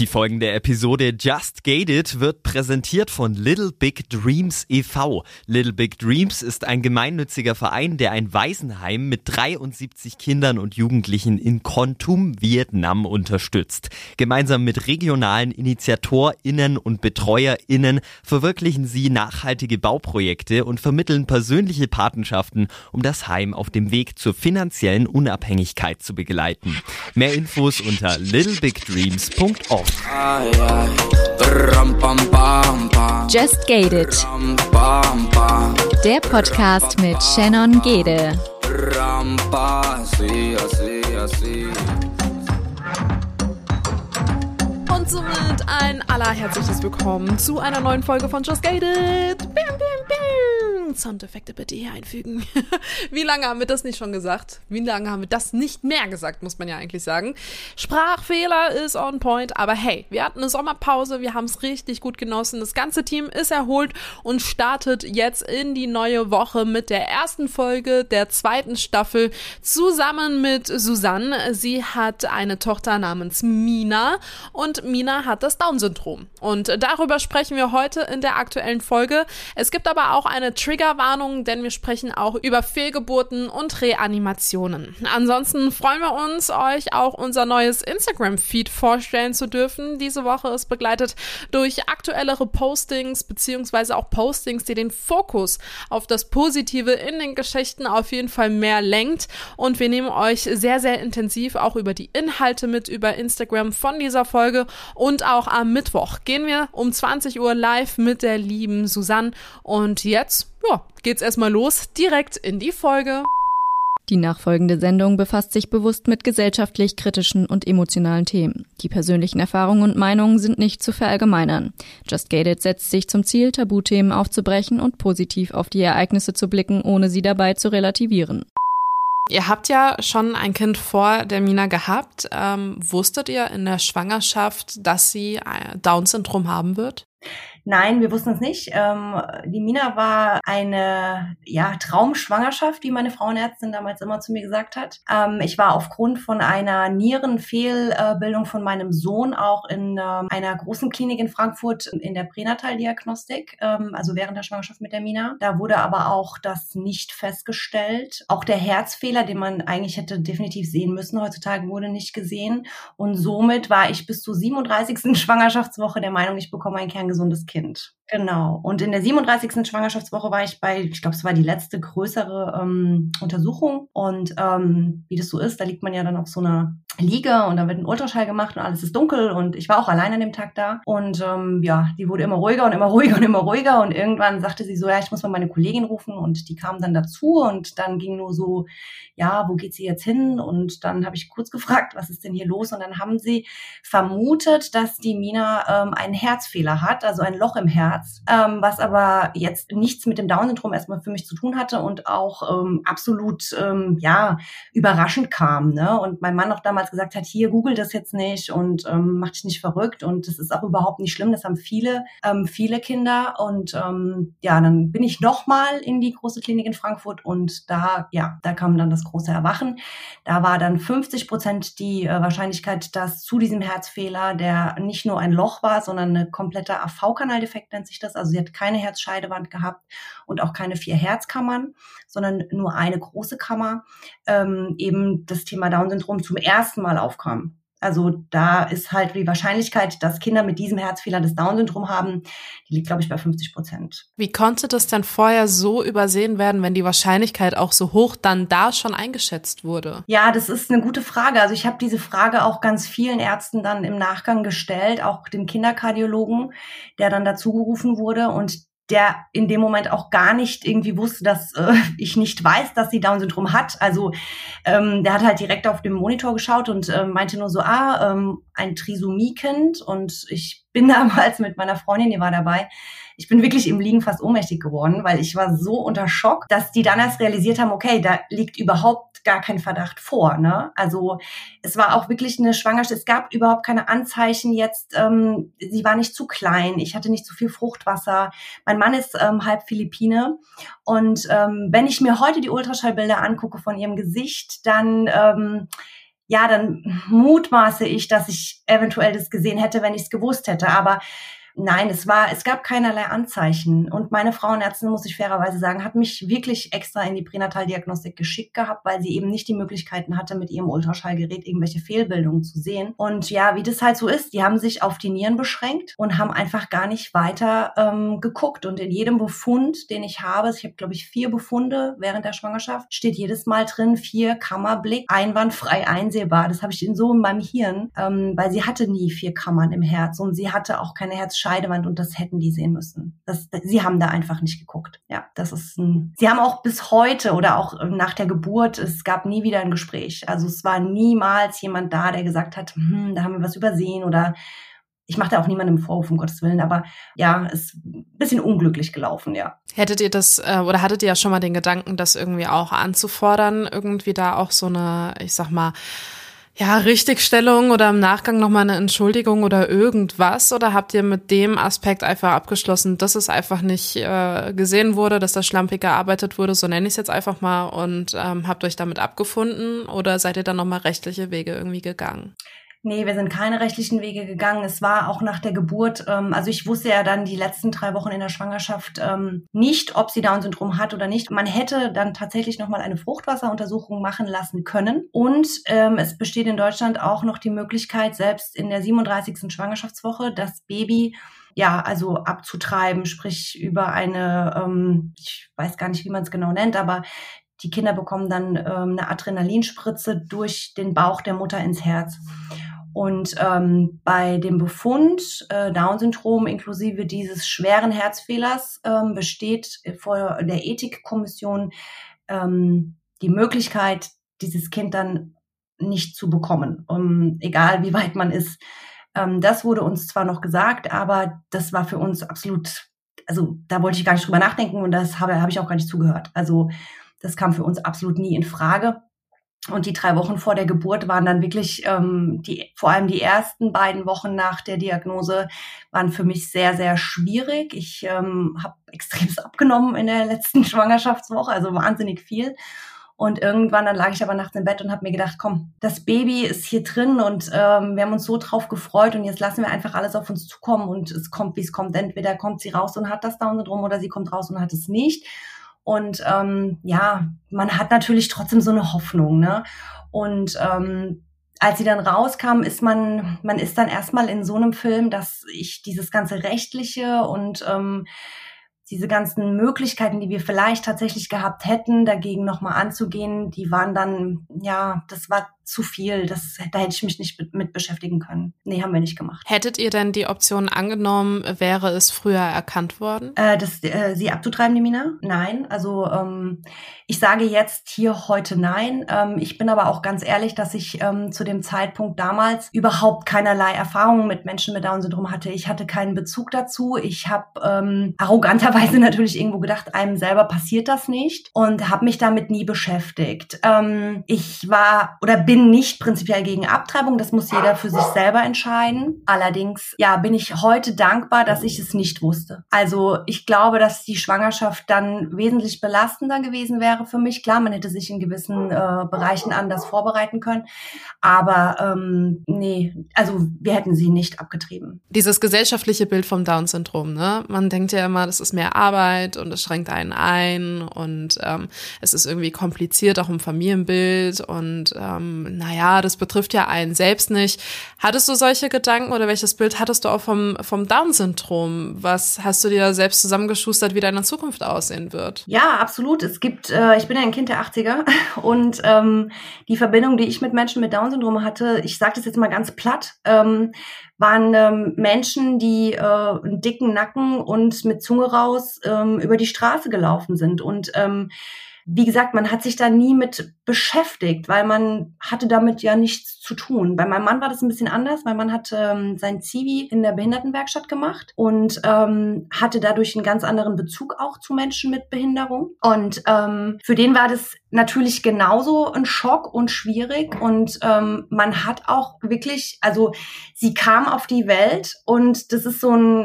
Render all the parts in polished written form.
Die folgende Episode Just Gated wird präsentiert von Little Big Dreams e.V. Little Big Dreams ist ein gemeinnütziger Verein, der ein Waisenheim mit 73 Kindern und Jugendlichen in Kon Tum, Vietnam unterstützt. Gemeinsam mit regionalen InitiatorInnen und BetreuerInnen verwirklichen sie nachhaltige Bauprojekte und vermitteln persönliche Patenschaften, um das Heim auf dem Weg zur finanziellen Unabhängigkeit zu begleiten. Mehr Infos unter littlebigdreams.org. Just Gated. Der Podcast mit Shannon Gede. Und somit ein allerherzliches Willkommen zu einer neuen Folge von Just Gated. Bim, bim, bim. Soundeffekte bitte hier einfügen. Wie lange haben wir das nicht schon gesagt? Wie lange haben wir das nicht mehr gesagt, muss man ja eigentlich sagen. Sprachfehler ist on point, aber hey, wir hatten eine Sommerpause, wir haben es richtig gut genossen. Das ganze Team ist erholt und startet jetzt in die neue Woche mit der ersten Folge der zweiten Staffel zusammen mit Susanne. Sie hat eine Tochter namens Mina und Mina hat das Down-Syndrom. Und darüber sprechen wir heute in der aktuellen Folge. Es gibt aber auch eine Triggerwarnung, denn wir sprechen auch über Fehlgeburten und Reanimationen. Ansonsten freuen wir uns, euch auch unser neues Instagram-Feed vorstellen zu dürfen. Diese Woche ist begleitet durch aktuellere Postings beziehungsweise auch Postings, die den Fokus auf das Positive in den Geschichten auf jeden Fall mehr lenkt. Und wir nehmen euch sehr, sehr intensiv auch über die Inhalte mit über Instagram von dieser Folge. Und auch am Mittwoch gehen wir um 20 Uhr live mit der lieben Susanne. Und jetzt, geht's erstmal los, direkt in die Folge. Die nachfolgende Sendung befasst sich bewusst mit gesellschaftlich kritischen und emotionalen Themen. Die persönlichen Erfahrungen und Meinungen sind nicht zu verallgemeinern. Just Gated setzt sich zum Ziel, Tabuthemen aufzubrechen und positiv auf die Ereignisse zu blicken, ohne sie dabei zu relativieren. Ihr habt ja schon ein Kind vor der Mina gehabt. Wusstet ihr in der Schwangerschaft, dass sie Down-Syndrom haben wird? Nein, wir wussten es nicht. Die Mina war eine Traumschwangerschaft, wie meine Frauenärztin damals immer zu mir gesagt hat. Ich war aufgrund von einer Nierenfehlbildung von meinem Sohn auch in einer großen Klinik in Frankfurt in der Pränataldiagnostik, also während der Schwangerschaft mit der Mina. Da wurde aber auch das nicht festgestellt. Auch der Herzfehler, den man eigentlich hätte definitiv sehen müssen, heutzutage wurde nicht gesehen. Und somit war ich bis zur 37. Schwangerschaftswoche der Meinung, ich bekomme ein kerngesundes Kind. Genau. Und in der 37. Schwangerschaftswoche war ich ich glaube, es war die letzte größere Untersuchung. Und wie das so ist, da liegt man ja dann auf so einer Liege und da wird ein Ultraschall gemacht und alles ist dunkel und ich war auch allein an dem Tag da. Und die wurde immer ruhiger und immer ruhiger und immer ruhiger und irgendwann sagte sie so, ich muss mal meine Kollegin rufen und die kam dann dazu und dann ging nur so, wo geht sie jetzt hin? Und dann habe ich kurz gefragt, was ist denn hier los? Und dann haben sie vermutet, dass die Mina einen Herzfehler hat, also ein Loch im Herz, was aber jetzt nichts mit dem Down-Syndrom erstmal für mich zu tun hatte und auch absolut überraschend kam. Ne? Und mein Mann auch damals gesagt hat, hier, google das jetzt nicht und mach dich nicht verrückt und das ist auch überhaupt nicht schlimm, das haben viele Kinder und dann bin ich nochmal in die große Klinik in Frankfurt und da kam dann das große Erwachen. Da war dann 50% die Wahrscheinlichkeit, dass zu diesem Herzfehler, der nicht nur ein Loch war, sondern eine komplette AV-Kanaldefekt nennt sich das, also sie hat keine Herzscheidewand gehabt und auch keine 4 Herzkammern, sondern nur eine große Kammer, eben das Thema Down-Syndrom zum ersten Mal aufkam. Also da ist halt die Wahrscheinlichkeit, dass Kinder mit diesem Herzfehler das Down-Syndrom haben, die liegt, glaube ich, bei 50%. Wie konnte das denn vorher so übersehen werden, wenn die Wahrscheinlichkeit auch so hoch dann da schon eingeschätzt wurde? Ja, das ist eine gute Frage. Also ich habe diese Frage auch ganz vielen Ärzten dann im Nachgang gestellt, auch dem Kinderkardiologen, der dann dazu gerufen wurde und der in dem Moment auch gar nicht irgendwie wusste, dass ich nicht weiß, dass sie Down-Syndrom hat. Also der hat halt direkt auf dem Monitor geschaut und meinte nur so, ein Trisomie-Kind. Und ich bin damals mit meiner Freundin, die war dabei, ich bin wirklich im Liegen fast ohnmächtig geworden, weil ich war so unter Schock, dass die dann erst realisiert haben, okay, da liegt überhaupt gar kein Verdacht vor. Ne? Also es war auch wirklich eine Schwangerschaft, es gab überhaupt keine Anzeichen jetzt, sie war nicht zu klein, ich hatte nicht zu viel Fruchtwasser. Mein Mann ist halb Philippine und wenn ich mir heute die Ultraschallbilder angucke von ihrem Gesicht, dann ja, dann mutmaße ich, dass ich eventuell das gesehen hätte, wenn ich es gewusst hätte. Aber nein, es gab keinerlei Anzeichen. Und meine Frauenärztin, muss ich fairerweise sagen, hat mich wirklich extra in die Pränataldiagnostik geschickt gehabt, weil sie eben nicht die Möglichkeiten hatte, mit ihrem Ultraschallgerät irgendwelche Fehlbildungen zu sehen. Und ja, wie das halt so ist, die haben sich auf die Nieren beschränkt und haben einfach gar nicht weiter geguckt. Und in jedem Befund, den ich habe, ich habe, glaube ich, 4 Befunde während der Schwangerschaft, steht jedes Mal drin, 4 Kammerblick, einwandfrei einsehbar. Das habe ich in meinem Hirn, weil sie hatte nie 4 Kammern im Herz und sie hatte auch keine Herzscheidewand und das hätten die sehen müssen. Sie haben da einfach nicht geguckt. Ja, sie haben auch bis heute oder auch nach der Geburt, es gab nie wieder ein Gespräch. Also es war niemals jemand da, der gesagt hat, da haben wir was übersehen oder ich mache da auch niemandem Vorwurf, um Gottes Willen, aber ja, ist ein bisschen unglücklich gelaufen, ja. Hättet ihr das, oder hattet ihr ja schon mal den Gedanken, das irgendwie auch anzufordern, irgendwie da auch so eine, ich sag mal, ja, Richtigstellung oder im Nachgang nochmal eine Entschuldigung oder irgendwas? Oder habt ihr mit dem Aspekt einfach abgeschlossen, dass es einfach nicht gesehen wurde, dass da schlampig gearbeitet wurde, so nenne ich es jetzt einfach mal, und habt euch damit abgefunden? Oder seid ihr dann nochmal rechtliche Wege irgendwie gegangen? Nee, wir sind keine rechtlichen Wege gegangen. Es war auch nach der Geburt, also ich wusste ja dann die letzten 3 Wochen in der Schwangerschaft nicht, ob sie Down-Syndrom hat oder nicht. Man hätte dann tatsächlich nochmal eine Fruchtwasseruntersuchung machen lassen können. Und es besteht in Deutschland auch noch die Möglichkeit, selbst in der 37. Schwangerschaftswoche das Baby also abzutreiben, sprich über eine, ich weiß gar nicht, wie man es genau nennt, aber die Kinder bekommen dann eine Adrenalinspritze durch den Bauch der Mutter ins Herz. Und bei dem Befund Down-Syndrom inklusive dieses schweren Herzfehlers besteht vor der Ethikkommission die Möglichkeit, dieses Kind dann nicht zu bekommen, egal wie weit man ist. Das wurde uns zwar noch gesagt, aber das war für uns absolut, also da wollte ich gar nicht drüber nachdenken und das habe ich auch gar nicht zugehört. Also das kam für uns absolut nie in Frage. Und die 3 Wochen vor der Geburt waren dann wirklich, vor allem die ersten 2 Wochen nach der Diagnose waren für mich sehr, sehr schwierig. Ich habe extremst abgenommen in der letzten Schwangerschaftswoche, also wahnsinnig viel. Und irgendwann, dann lag ich aber nachts im Bett und habe mir gedacht, komm, das Baby ist hier drin und wir haben uns so drauf gefreut und jetzt lassen wir einfach alles auf uns zukommen und es kommt, wie es kommt. Entweder kommt sie raus und hat das Down-Syndrom oder sie kommt raus und hat es nicht. Und man hat natürlich trotzdem so eine Hoffnung, ne? Und als sie dann rauskam, man ist dann erstmal in so einem Film, dass ich dieses ganze Rechtliche und diese ganzen Möglichkeiten, die wir vielleicht tatsächlich gehabt hätten, dagegen nochmal anzugehen, die waren dann, das war zu viel. Da hätte ich mich nicht mit beschäftigen können. Nee, haben wir nicht gemacht. Hättet ihr denn die Option angenommen, wäre es früher erkannt worden? Sie abzutreiben, die Mina? Nein. Also ich sage jetzt hier heute nein. Ich bin aber auch ganz ehrlich, dass ich zu dem Zeitpunkt damals überhaupt keinerlei Erfahrungen mit Menschen mit Down-Syndrom hatte. Ich hatte keinen Bezug dazu. Ich habe arroganterweise natürlich irgendwo gedacht, einem selber passiert das nicht und habe mich damit nie beschäftigt. Ich war oder bin nicht prinzipiell gegen Abtreibung, das muss jeder für sich selber entscheiden. Allerdings, bin ich heute dankbar, dass ich es nicht wusste. Also ich glaube, dass die Schwangerschaft dann wesentlich belastender gewesen wäre für mich. Klar, man hätte sich in gewissen Bereichen anders vorbereiten können, aber nee, also wir hätten sie nicht abgetrieben. Dieses gesellschaftliche Bild vom Down-Syndrom, ne? Man denkt ja immer, das ist mehr Arbeit und es schränkt einen ein und es ist irgendwie kompliziert, auch im Familienbild und das betrifft ja einen selbst nicht. Hattest du solche Gedanken oder welches Bild hattest du auch vom Down-Syndrom? Was hast du dir selbst zusammengeschustert, wie deine Zukunft aussehen wird? Ja, absolut. Es gibt, ich bin ja ein Kind der 80er und die Verbindung, die ich mit Menschen mit Down-Syndrom hatte, ich sage das jetzt mal ganz platt, waren Menschen, die einen dicken Nacken und mit Zunge raus über die Straße gelaufen sind und wie gesagt, man hat sich da nie mit beschäftigt, weil man hatte damit ja nichts zu tun. Bei meinem Mann war das ein bisschen anders. Mein Mann hat sein Zivi in der Behindertenwerkstatt gemacht und hatte dadurch einen ganz anderen Bezug auch zu Menschen mit Behinderung. Und für den war das natürlich genauso ein Schock und schwierig und man hat auch wirklich, also sie kam auf die Welt und das ist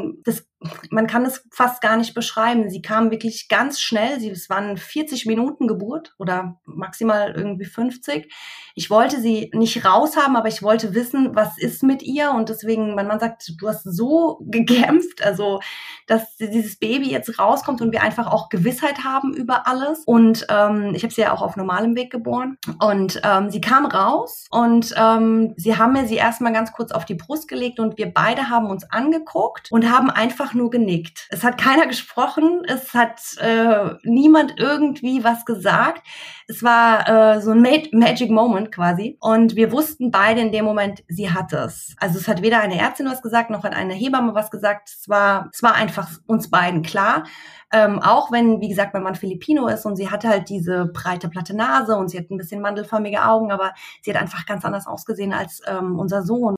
man kann es fast gar nicht beschreiben. Sie kam wirklich ganz schnell. Es waren 40 Minuten Geburt oder maximal irgendwie 50. Ich wollte sie nicht raushaben, aber ich wollte wissen, was ist mit ihr. Und deswegen, mein Mann sagt, du hast so gekämpft, also dass dieses Baby jetzt rauskommt und wir einfach auch Gewissheit haben über alles. Und ich habe sie ja auch auf normalem Weg geboren. Und sie kam raus und sie haben mir sie erstmal ganz kurz auf die Brust gelegt und wir beide haben uns angeguckt und haben einfach nur genickt. Es hat keiner gesprochen, es hat niemand irgendwie was gesagt. Es war so ein Magic Moment quasi und wir wussten beide in dem Moment, sie hat es. Also es hat weder eine Ärztin was gesagt, noch hat eine Hebamme was gesagt. Es war einfach uns beiden klar. Auch wenn, wie gesagt, mein Mann Filipino ist und sie hatte halt diese breite, platte Nase und sie hat ein bisschen mandelförmige Augen, aber sie hat einfach ganz anders ausgesehen als unser Sohn.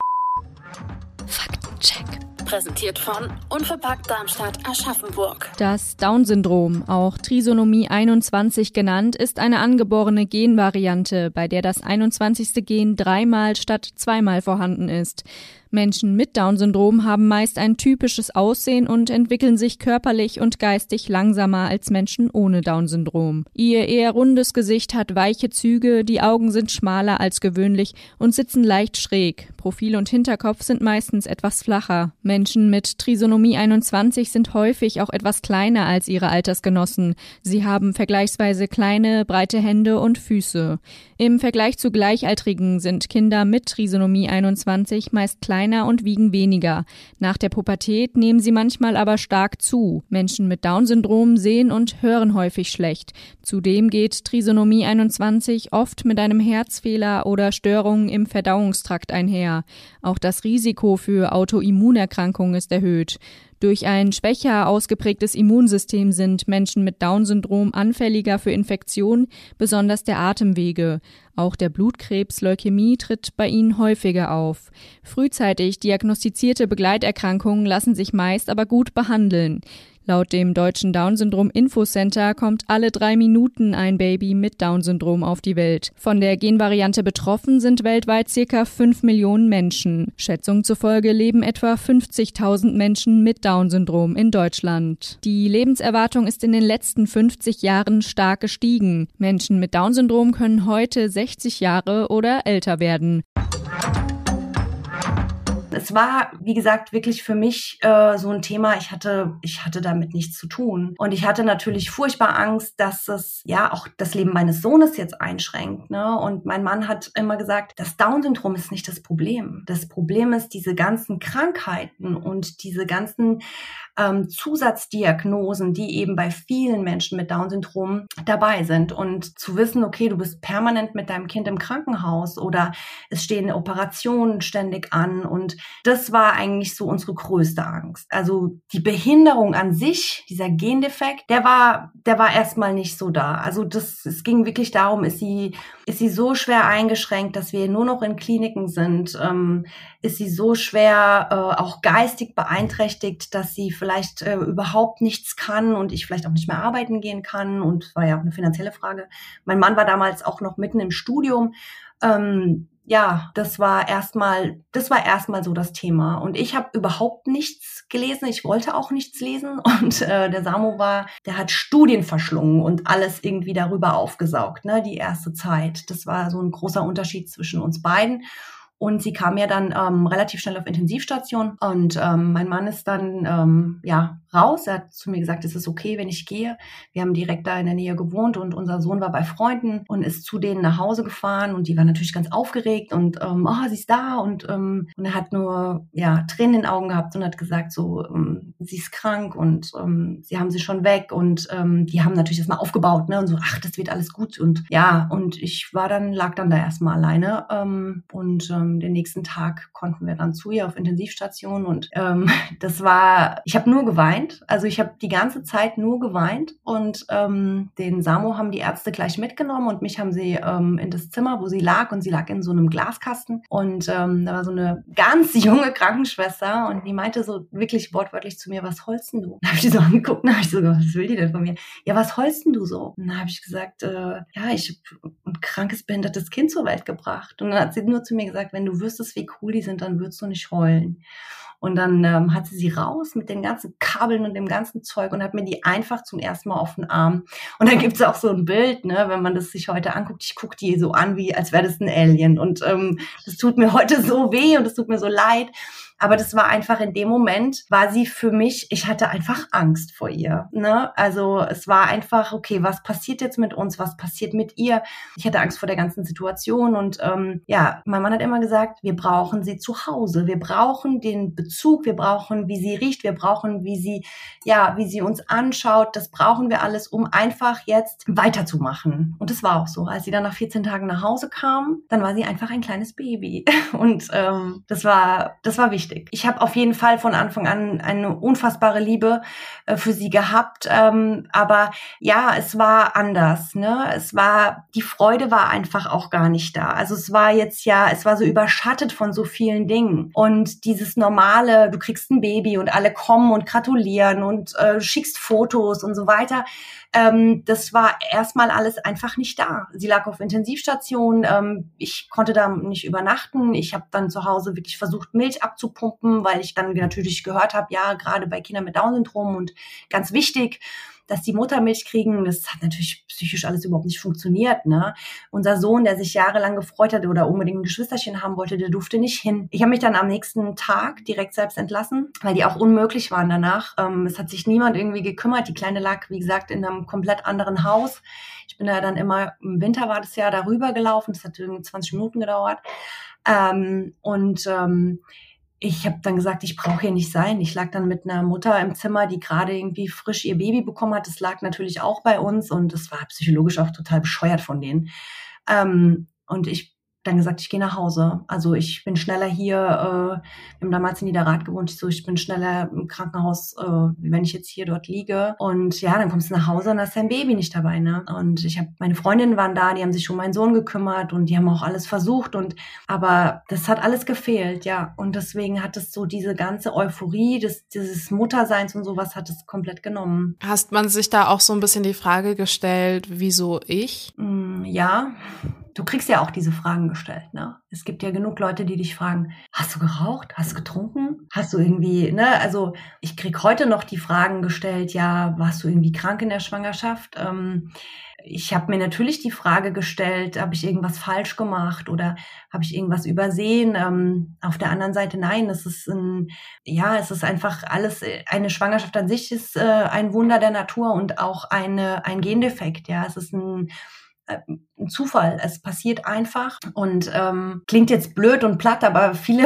Faktencheck. Präsentiert von Unverpackt Darmstadt Aschaffenburg. Das Down-Syndrom, auch Trisomie 21 genannt, ist eine angeborene Genvariante, bei der das 21. Gen 3-mal statt 2-mal vorhanden ist. Menschen mit Down-Syndrom haben meist ein typisches Aussehen und entwickeln sich körperlich und geistig langsamer als Menschen ohne Down-Syndrom. Ihr eher rundes Gesicht hat weiche Züge, die Augen sind schmaler als gewöhnlich und sitzen leicht schräg. Profil und Hinterkopf sind meistens etwas flacher. Menschen mit Trisomie 21 sind häufig auch etwas kleiner als ihre Altersgenossen. Sie haben vergleichsweise kleine, breite Hände und Füße. Im Vergleich zu Gleichaltrigen sind Kinder mit Trisomie 21 meist kleiner und wiegen weniger. Nach der Pubertät nehmen sie manchmal aber stark zu. Menschen mit Down-Syndrom sehen und hören häufig schlecht. Zudem geht Trisomie 21 oft mit einem Herzfehler oder Störungen im Verdauungstrakt einher. Auch das Risiko für Autoimmunerkrankungen ist erhöht. Durch ein schwächer ausgeprägtes Immunsystem sind Menschen mit Down-Syndrom anfälliger für Infektionen, besonders der Atemwege. Auch der Blutkrebs Leukämie tritt bei ihnen häufiger auf. Frühzeitig diagnostizierte Begleiterkrankungen lassen sich meist aber gut behandeln. Laut dem Deutschen Down-Syndrom-Infocenter kommt alle 3 Minuten ein Baby mit Down-Syndrom auf die Welt. Von der Genvariante betroffen sind weltweit ca. 5 Millionen Menschen. Schätzungen zufolge leben etwa 50.000 Menschen mit Down-Syndrom in Deutschland. Die Lebenserwartung ist in den letzten 50 Jahren stark gestiegen. Menschen mit Down-Syndrom können heute 60 Jahre oder älter werden. Es war, wie gesagt, wirklich für mich so ein Thema, ich hatte damit nichts zu tun. Und ich hatte natürlich furchtbar Angst, dass es ja auch das Leben meines Sohnes jetzt einschränkt, ne? Und mein Mann hat immer gesagt, das Down-Syndrom ist nicht das Problem. Das Problem ist diese ganzen Krankheiten und diese ganzen Zusatzdiagnosen, die eben bei vielen Menschen mit Down-Syndrom dabei sind. Und zu wissen, okay, du bist permanent mit deinem Kind im Krankenhaus oder es stehen Operationen ständig an. Und das war eigentlich so unsere größte Angst. Also die Behinderung an sich, dieser Gendefekt, der war erstmal nicht so da. Also es ging wirklich darum, ist sie so schwer eingeschränkt, dass wir nur noch in Kliniken sind? Ist sie so schwer auch geistig beeinträchtigt, dass sie vielleicht überhaupt nichts kann und ich vielleicht auch nicht mehr arbeiten gehen kann? Und war ja auch eine finanzielle Frage. Mein Mann war damals auch noch mitten im Studium. Das war erstmal so das Thema. Und ich habe überhaupt nichts gelesen. Ich wollte auch nichts lesen. Und der Samo der hat Studien verschlungen und alles irgendwie darüber aufgesaugt, ne, die erste Zeit. Das war so ein großer Unterschied zwischen uns beiden. Und sie kam ja dann relativ schnell auf Intensivstation. Und mein Mann ist dann raus. Er hat zu mir gesagt, es ist okay, wenn ich gehe. Wir haben direkt da in der Nähe gewohnt und unser Sohn war bei Freunden und ist zu denen nach Hause gefahren. Und die waren natürlich ganz aufgeregt und sie ist da. Und er hat nur Tränen in den Augen gehabt und hat gesagt, so, sie ist krank und sie haben sie schon weg. Und die haben natürlich das mal aufgebaut, ne? Und so, ach, das wird alles gut. Und ich lag dann da erstmal alleine. Den nächsten Tag konnten wir dann zu ihr auf Intensivstation und ich habe nur geweint. Also ich habe die ganze Zeit nur geweint und den Samo haben die Ärzte gleich mitgenommen und mich haben sie in das Zimmer, wo sie lag, und sie lag in so einem Glaskasten und da war so eine ganz junge Krankenschwester und die meinte so wirklich wortwörtlich zu mir, was heulst denn du? Dann habe ich die so angeguckt und habe ich so gesagt, was will die denn von mir? Ja, was heulst denn du so? Und dann habe ich gesagt, ja, ich habe ein krankes, behindertes Kind zur Welt gebracht. Und dann hat sie nur zu mir gesagt, wenn du wüsstest, wie cool die sind, dann würdest du nicht heulen. Und dann hat sie raus mit den ganzen Kabeln und dem ganzen Zeug und hat mir die einfach zum ersten Mal auf den Arm. Und dann gibt's auch so ein Bild, ne, wenn man das sich heute anguckt, ich gucke die so an, wie als wäre das ein Alien. Und das tut mir heute so weh und das tut mir so leid. Aber das war einfach in dem Moment, war sie für mich, ich hatte einfach Angst vor ihr. Ne? Also es war einfach, okay, was passiert jetzt mit uns? Was passiert mit ihr? Ich hatte Angst vor der ganzen Situation. Und ja, mein Mann hat immer gesagt, wir brauchen sie zu Hause. Wir brauchen den Bezug, wir brauchen, wie sie riecht, wir brauchen, wie sie uns anschaut. Das brauchen wir alles, um einfach jetzt weiterzumachen. Und das war auch so. Als sie dann nach 14 Tagen nach Hause kam, dann war sie einfach ein kleines Baby. Und das war wichtig. Ich habe auf jeden Fall von Anfang an eine unfassbare Liebe für sie gehabt, aber ja, es war anders, ne? Die Freude war einfach auch gar nicht da. Also es war so überschattet von so vielen Dingen und dieses normale, du kriegst ein Baby und alle kommen und gratulieren und schickst Fotos und so weiter. Das war erstmal alles einfach nicht da. Sie lag auf Intensivstation. Ich konnte da nicht übernachten. Ich habe dann zu Hause wirklich versucht, Milch abzupumpen, weil ich dann natürlich gehört habe, ja, gerade bei Kindern mit Down-Syndrom und ganz wichtig, dass die Muttermilch kriegen, das hat natürlich psychisch alles überhaupt nicht funktioniert, ne? Unser Sohn, der sich jahrelang gefreut hatte oder unbedingt ein Geschwisterchen haben wollte, der durfte nicht hin. Ich habe mich dann am nächsten Tag direkt selbst entlassen, weil die auch unmöglich waren danach. Es hat sich niemand irgendwie gekümmert. Die Kleine lag, wie gesagt, in einem komplett anderen Haus. Ich bin da dann immer, im Winter war das ja darüber gelaufen. Das hat irgendwie 20 Minuten gedauert. Ich habe dann gesagt, ich brauche hier nicht sein. Ich lag dann mit einer Mutter im Zimmer, die gerade irgendwie frisch ihr Baby bekommen hat. Das lag natürlich auch bei uns und das war psychologisch auch total bescheuert von denen. Und ich dann gesagt, ich gehe nach Hause. Also ich bin schneller hier, wir haben damals in Niederrad gewohnt, ich bin schneller im Krankenhaus, wenn ich jetzt hier dort liege. Und ja, dann kommst du nach Hause und hast dein Baby nicht dabei, ne? Und meine Freundinnen waren da, die haben sich um meinen Sohn gekümmert und die haben auch alles versucht aber das hat alles gefehlt, ja. Und deswegen hat es so diese ganze Euphorie dieses Mutterseins und sowas hat es komplett genommen. Hast man sich da auch so ein bisschen die Frage gestellt, wieso ich? Ja. Du kriegst ja auch diese Fragen gestellt, ne? Es gibt ja genug Leute, die dich fragen, hast du geraucht? Hast du getrunken? Hast du irgendwie, ne? Also ich krieg heute noch die Fragen gestellt, ja, warst du irgendwie krank in der Schwangerschaft? Ich habe mir natürlich die Frage gestellt, habe ich irgendwas falsch gemacht oder habe ich irgendwas übersehen? Auf der anderen Seite nein, es ist einfach alles, eine Schwangerschaft an sich ist ein Wunder der Natur und auch ein Gendefekt, ja, es ist ein Zufall. Es passiert einfach und klingt jetzt blöd und platt, aber viele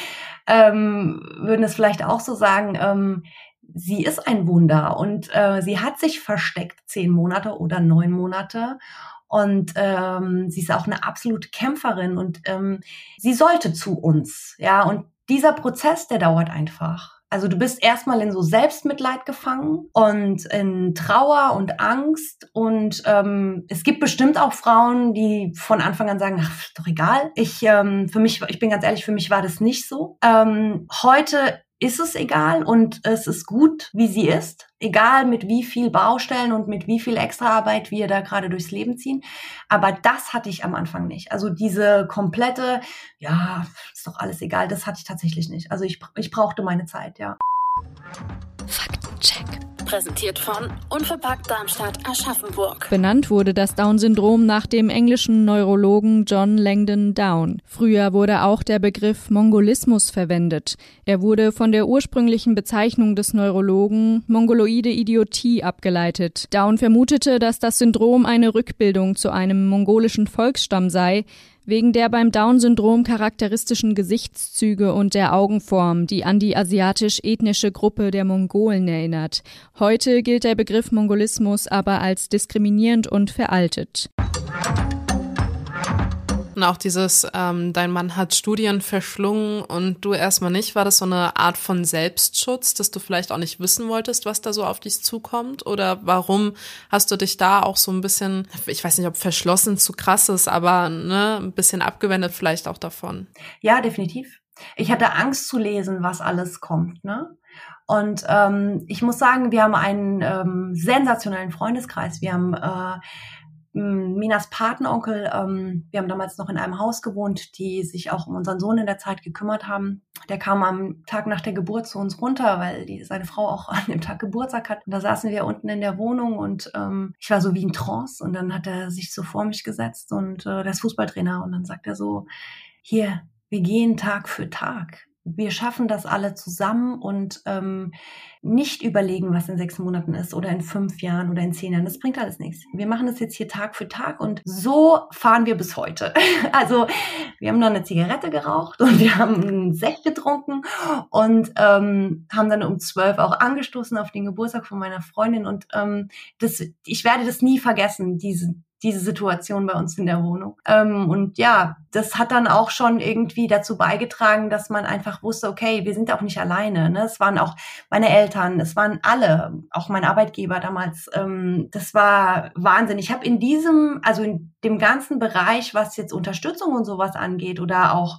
würden es vielleicht auch so sagen, sie ist ein Wunder und sie hat sich versteckt 10 Monate oder 9 Monate und sie ist auch eine absolute Kämpferin und sie sollte zu uns, ja, und dieser Prozess, der dauert einfach. Also du bist erstmal in so Selbstmitleid gefangen und in Trauer und Angst und es gibt bestimmt auch Frauen, die von Anfang an sagen, ach, doch egal. Ich bin ganz ehrlich, für mich war das nicht so. Heute ist es egal und es ist gut, wie sie ist. Egal mit wie viel Baustellen und mit wie viel Extraarbeit wir da gerade durchs Leben ziehen. Aber das hatte ich am Anfang nicht. Also diese komplette, ja, ist doch alles egal, das hatte ich tatsächlich nicht. Also ich brauchte meine Zeit, ja. Faktencheck. Präsentiert von Unverpackt Darmstadt Aschaffenburg. Benannt wurde das Down-Syndrom nach dem englischen Neurologen John Langdon Down. Früher wurde auch der Begriff Mongolismus verwendet. Er wurde von der ursprünglichen Bezeichnung des Neurologen mongoloide Idiotie abgeleitet. Down vermutete, dass das Syndrom eine Rückbildung zu einem mongolischen Volksstamm sei, wegen der beim Down-Syndrom charakteristischen Gesichtszüge und der Augenform, die an die asiatisch-ethnische Gruppe der Mongolen erinnert. Heute gilt der Begriff Mongolismus aber als diskriminierend und veraltet. Und auch dieses, dein Mann hat Studien verschlungen und du erstmal nicht, war das so eine Art von Selbstschutz, dass du vielleicht auch nicht wissen wolltest, was da so auf dich zukommt? Oder warum hast du dich da auch so ein bisschen, ich weiß nicht, ob verschlossen zu krass ist, aber ne, ein bisschen abgewendet vielleicht auch davon? Ja, definitiv. Ich hatte Angst zu lesen, was alles kommt, ne? Und ich muss sagen, wir haben einen sensationellen Freundeskreis. Wir haben Minas Patenonkel, wir haben damals noch in einem Haus gewohnt, die sich auch um unseren Sohn in der Zeit gekümmert haben. Der kam am Tag nach der Geburt zu uns runter, weil seine Frau auch an dem Tag Geburtstag hat. Und da saßen wir unten in der Wohnung und ich war so wie in Trance. Und dann hat er sich so vor mich gesetzt und der ist Fußballtrainer. Und dann sagt er so, hier, wir gehen Tag für Tag. Wir schaffen das alle zusammen und nicht überlegen, was in 6 Monaten ist oder in 5 Jahren oder in 10 Jahren. Das bringt alles nichts. Wir machen das jetzt hier Tag für Tag und so fahren wir bis heute. Also wir haben noch eine Zigarette geraucht und wir haben einen Sekt getrunken und haben dann um 12 auch angestoßen auf den Geburtstag von meiner Freundin und ich werde das nie vergessen, diese Situation bei uns in der Wohnung. Und ja, das hat dann auch schon irgendwie dazu beigetragen, dass man einfach wusste, okay, wir sind auch nicht alleine. Ne? Es waren auch meine Eltern, es waren alle, auch mein Arbeitgeber damals. Das war Wahnsinn. Ich habe in dem ganzen Bereich, was jetzt Unterstützung und sowas angeht oder auch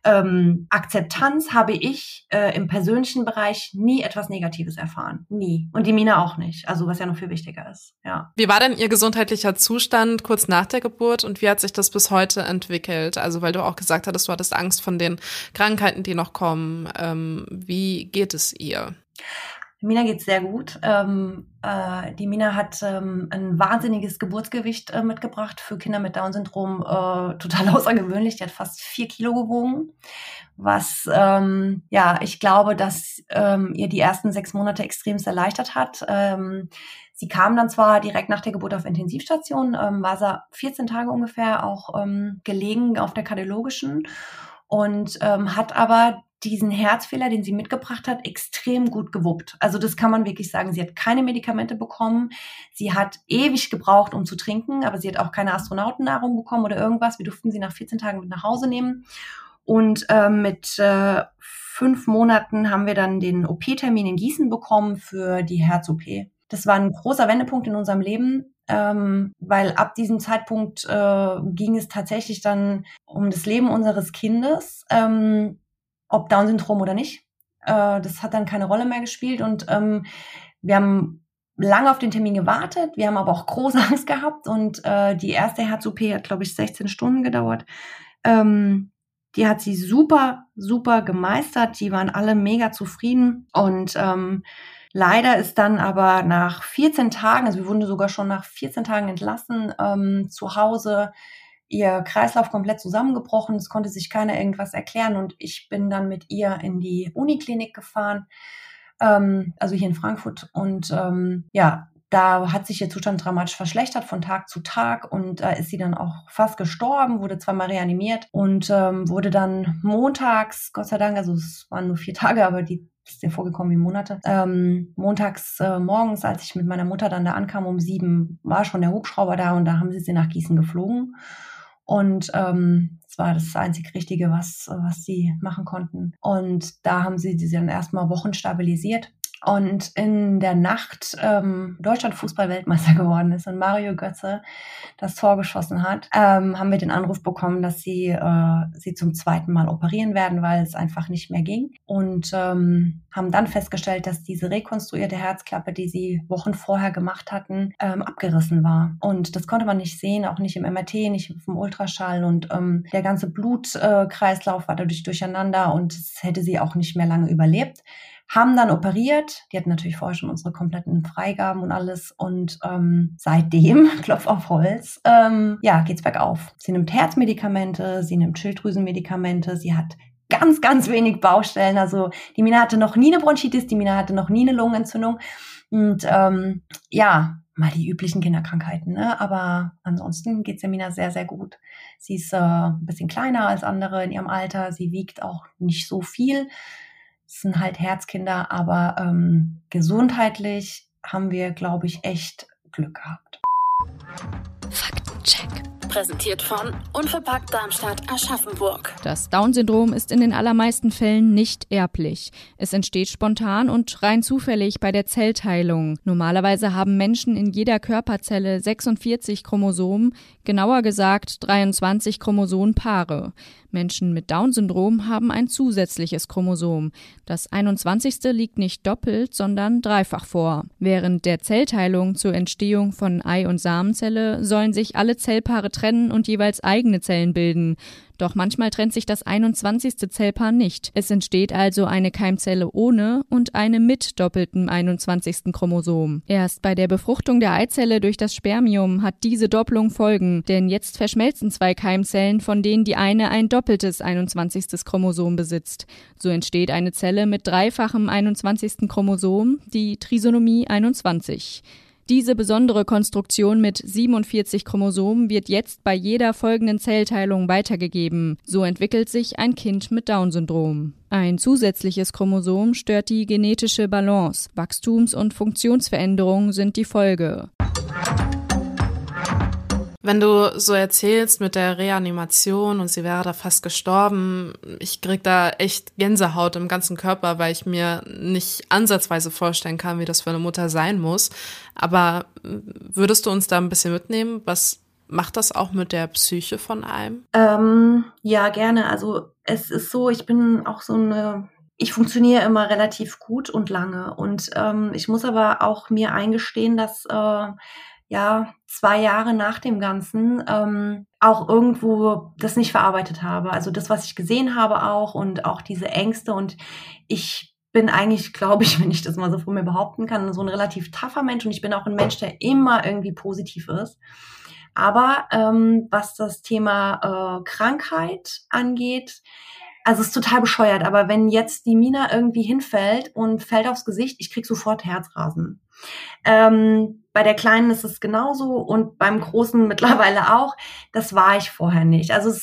Akzeptanz, habe ich im persönlichen Bereich nie etwas Negatives erfahren. Nie. Und die Mina auch nicht. Also was ja noch viel wichtiger ist. Ja. Wie war denn Ihr gesundheitlicher Zustand kurz nach der Geburt und wie hat sich das bis heute entwickelt? Also weil du auch gesagt hattest, du hattest Angst von den Krankheiten, die noch kommen. Wie geht es ihr? Mina geht's sehr gut. Die Mina hat ein wahnsinniges Geburtsgewicht mitgebracht für Kinder mit Down-Syndrom. Total außergewöhnlich. Die hat fast 4 Kilo gewogen. Was, ich glaube, dass ihr die ersten 6 Monate extremst erleichtert hat. Sie kam dann zwar direkt nach der Geburt auf Intensivstation, war sie 14 Tage ungefähr auch gelegen auf der kardiologischen und hat aber diesen Herzfehler, den sie mitgebracht hat, extrem gut gewuppt. Also das kann man wirklich sagen. Sie hat keine Medikamente bekommen. Sie hat ewig gebraucht, um zu trinken, aber sie hat auch keine Astronautennahrung bekommen oder irgendwas. Wir durften sie nach 14 Tagen mit nach Hause nehmen. Und mit 5 Monaten haben wir dann den OP-Termin in Gießen bekommen für die Herz-OP. Das war ein großer Wendepunkt in unserem Leben, weil ab diesem Zeitpunkt ging es tatsächlich dann um das Leben unseres Kindes, ob Down-Syndrom oder nicht. Das hat dann keine Rolle mehr gespielt und wir haben lange auf den Termin gewartet. Wir haben aber auch große Angst gehabt und die erste Herz-OP hat, glaube ich, 16 Stunden gedauert. Die hat sie super, super gemeistert. Die waren alle mega zufrieden und leider ist dann aber nach 14 Tagen, also wir wurden sogar schon nach 14 Tagen entlassen, zu Hause ihr Kreislauf komplett zusammengebrochen. Es konnte sich keiner irgendwas erklären und ich bin dann mit ihr in die Uniklinik gefahren, also hier in Frankfurt und da hat sich ihr Zustand dramatisch verschlechtert von Tag zu Tag und da ist sie dann auch fast gestorben, wurde zweimal reanimiert und wurde dann montags, Gott sei Dank, also es waren nur 4 Tage, aber die ist ja vorgekommen wie Monate. Montags morgens, als ich mit meiner Mutter dann da ankam um 7, war schon der Hubschrauber da und da haben sie nach Gießen geflogen. Und das war das einzig Richtige, was sie machen konnten. Und da haben sie dann erstmal Wochen stabilisiert. Und in der Nacht Deutschland Fußball-Weltmeister geworden ist und Mario Götze das Tor geschossen hat, haben wir den Anruf bekommen, dass sie zum 2. Mal operieren werden, weil es einfach nicht mehr ging. Und haben dann festgestellt, dass diese rekonstruierte Herzklappe, die sie Wochen vorher gemacht hatten, abgerissen war. Und das konnte man nicht sehen, auch nicht im MRT, nicht vom Ultraschall. Und der ganze Blutkreislauf war dadurch durcheinander und es hätte sie auch nicht mehr lange überlebt. Haben dann operiert, die hatten natürlich vorher schon unsere kompletten Freigaben und alles und seitdem, Klopf auf Holz, geht's bergauf. Sie nimmt Herzmedikamente, sie nimmt Schilddrüsenmedikamente, sie hat ganz, ganz wenig Baustellen, also die Mina hatte noch nie eine Bronchitis, die Mina hatte noch nie eine Lungenentzündung und mal die üblichen Kinderkrankheiten, ne? Aber ansonsten geht's der Mina sehr, sehr gut. Sie ist ein bisschen kleiner als andere in ihrem Alter, sie wiegt auch nicht so viel. Es sind halt Herzkinder, aber gesundheitlich haben wir, glaube ich, echt Glück gehabt. Faktencheck. Präsentiert von Unverpackt Darmstadt Aschaffenburg. Das Down-Syndrom ist in den allermeisten Fällen nicht erblich. Es entsteht spontan und rein zufällig bei der Zellteilung. Normalerweise haben Menschen in jeder Körperzelle 46 Chromosomen, genauer gesagt 23 Chromosomenpaare. Menschen mit Down-Syndrom haben ein zusätzliches Chromosom. Das 21. liegt nicht doppelt, sondern dreifach vor. Während der Zellteilung zur Entstehung von Ei- und Samenzelle sollen sich alle Zellpaare trennen und jeweils eigene Zellen bilden. Doch manchmal trennt sich das 21. Zellpaar nicht. Es entsteht also eine Keimzelle ohne und eine mit doppeltem 21. Chromosom. Erst bei der Befruchtung der Eizelle durch das Spermium hat diese Doppelung Folgen, denn jetzt verschmelzen zwei Keimzellen, von denen die eine ein doppeltes 21. Chromosom besitzt. So entsteht eine Zelle mit dreifachem 21. Chromosom, die Trisonomie 21. Diese besondere Konstruktion mit 47 Chromosomen wird jetzt bei jeder folgenden Zellteilung weitergegeben. So entwickelt sich ein Kind mit Down-Syndrom. Ein zusätzliches Chromosom stört die genetische Balance. Wachstums- und Funktionsveränderungen sind die Folge. Wenn du so erzählst mit der Reanimation und sie wäre da fast gestorben, ich krieg da echt Gänsehaut im ganzen Körper, weil ich mir nicht ansatzweise vorstellen kann, wie das für eine Mutter sein muss. Aber würdest du uns da ein bisschen mitnehmen? Was macht das auch mit der Psyche von einem? Ja, gerne. Also es ist so, ich bin auch ich funktioniere immer relativ gut und lange. Und ich muss aber auch mir eingestehen, dass 2 Jahre nach dem Ganzen auch irgendwo das nicht verarbeitet habe. Also das, was ich gesehen habe auch und auch diese Ängste. Und ich bin eigentlich, glaube ich, wenn ich das mal so von mir behaupten kann, so ein relativ tougher Mensch. Und ich bin auch ein Mensch, der immer irgendwie positiv ist. Aber was das Thema Krankheit angeht, also es ist total bescheuert. Aber wenn jetzt die Mina irgendwie hinfällt und fällt aufs Gesicht, ich krieg sofort Herzrasen. Bei der Kleinen ist es genauso und beim Großen mittlerweile auch. Das war ich vorher nicht. Also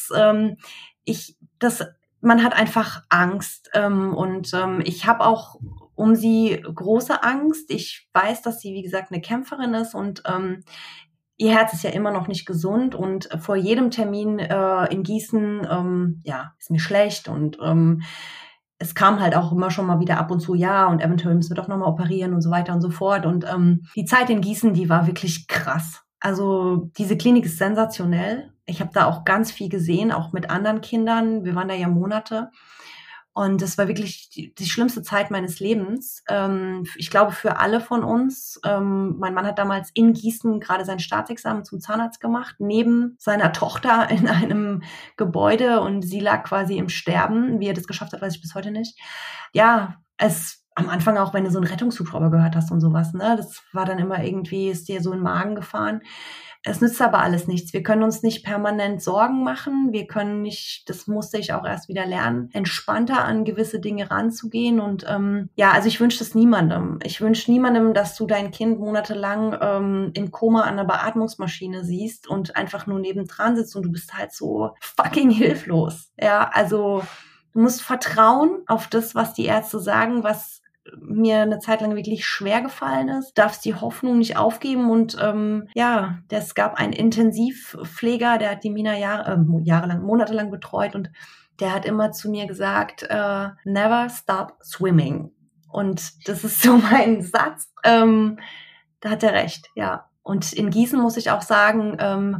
man hat einfach Angst und ich habe auch um sie große Angst. Ich weiß, dass sie, wie gesagt, eine Kämpferin ist und ihr Herz ist ja immer noch nicht gesund und vor jedem Termin in Gießen ist mir schlecht und es kam halt auch immer schon mal wieder ab und zu, ja, und eventuell müssen wir doch nochmal operieren und so weiter und so fort. Und die Zeit in Gießen, die war wirklich krass. Also diese Klinik ist sensationell. Ich habe da auch ganz viel gesehen, auch mit anderen Kindern. Wir waren da ja Monate. Und das war wirklich die schlimmste Zeit meines Lebens. Ich glaube, für alle von uns. Mein Mann hat damals in Gießen gerade sein Staatsexamen zum Zahnarzt gemacht, neben seiner Tochter in einem Gebäude. Und sie lag quasi im Sterben. Wie er das geschafft hat, weiß ich bis heute nicht. Ja, am Anfang auch, wenn du so einen Rettungshubschrauber gehört hast und sowas, ne, das war dann immer irgendwie, ist dir so in den Magen gefahren. Es nützt aber alles nichts. Wir können uns nicht permanent Sorgen machen. Wir können nicht, das musste ich auch erst wieder lernen, entspannter an gewisse Dinge ranzugehen. Und also ich wünsche das niemandem. Ich wünsche niemandem, dass du dein Kind monatelang im Koma an einer Beatmungsmaschine siehst und einfach nur nebendran sitzt und du bist halt so fucking hilflos. Ja, also du musst vertrauen auf das, was die Ärzte sagen, was mir eine Zeit lang wirklich schwer gefallen ist. Darfst die Hoffnung nicht aufgeben und es gab einen Intensivpfleger, der hat die Mina monatelang betreut und der hat immer zu mir gesagt, never stop swimming. Und das ist so mein Satz. Da hat er recht, ja. Und in Gießen muss ich auch sagen,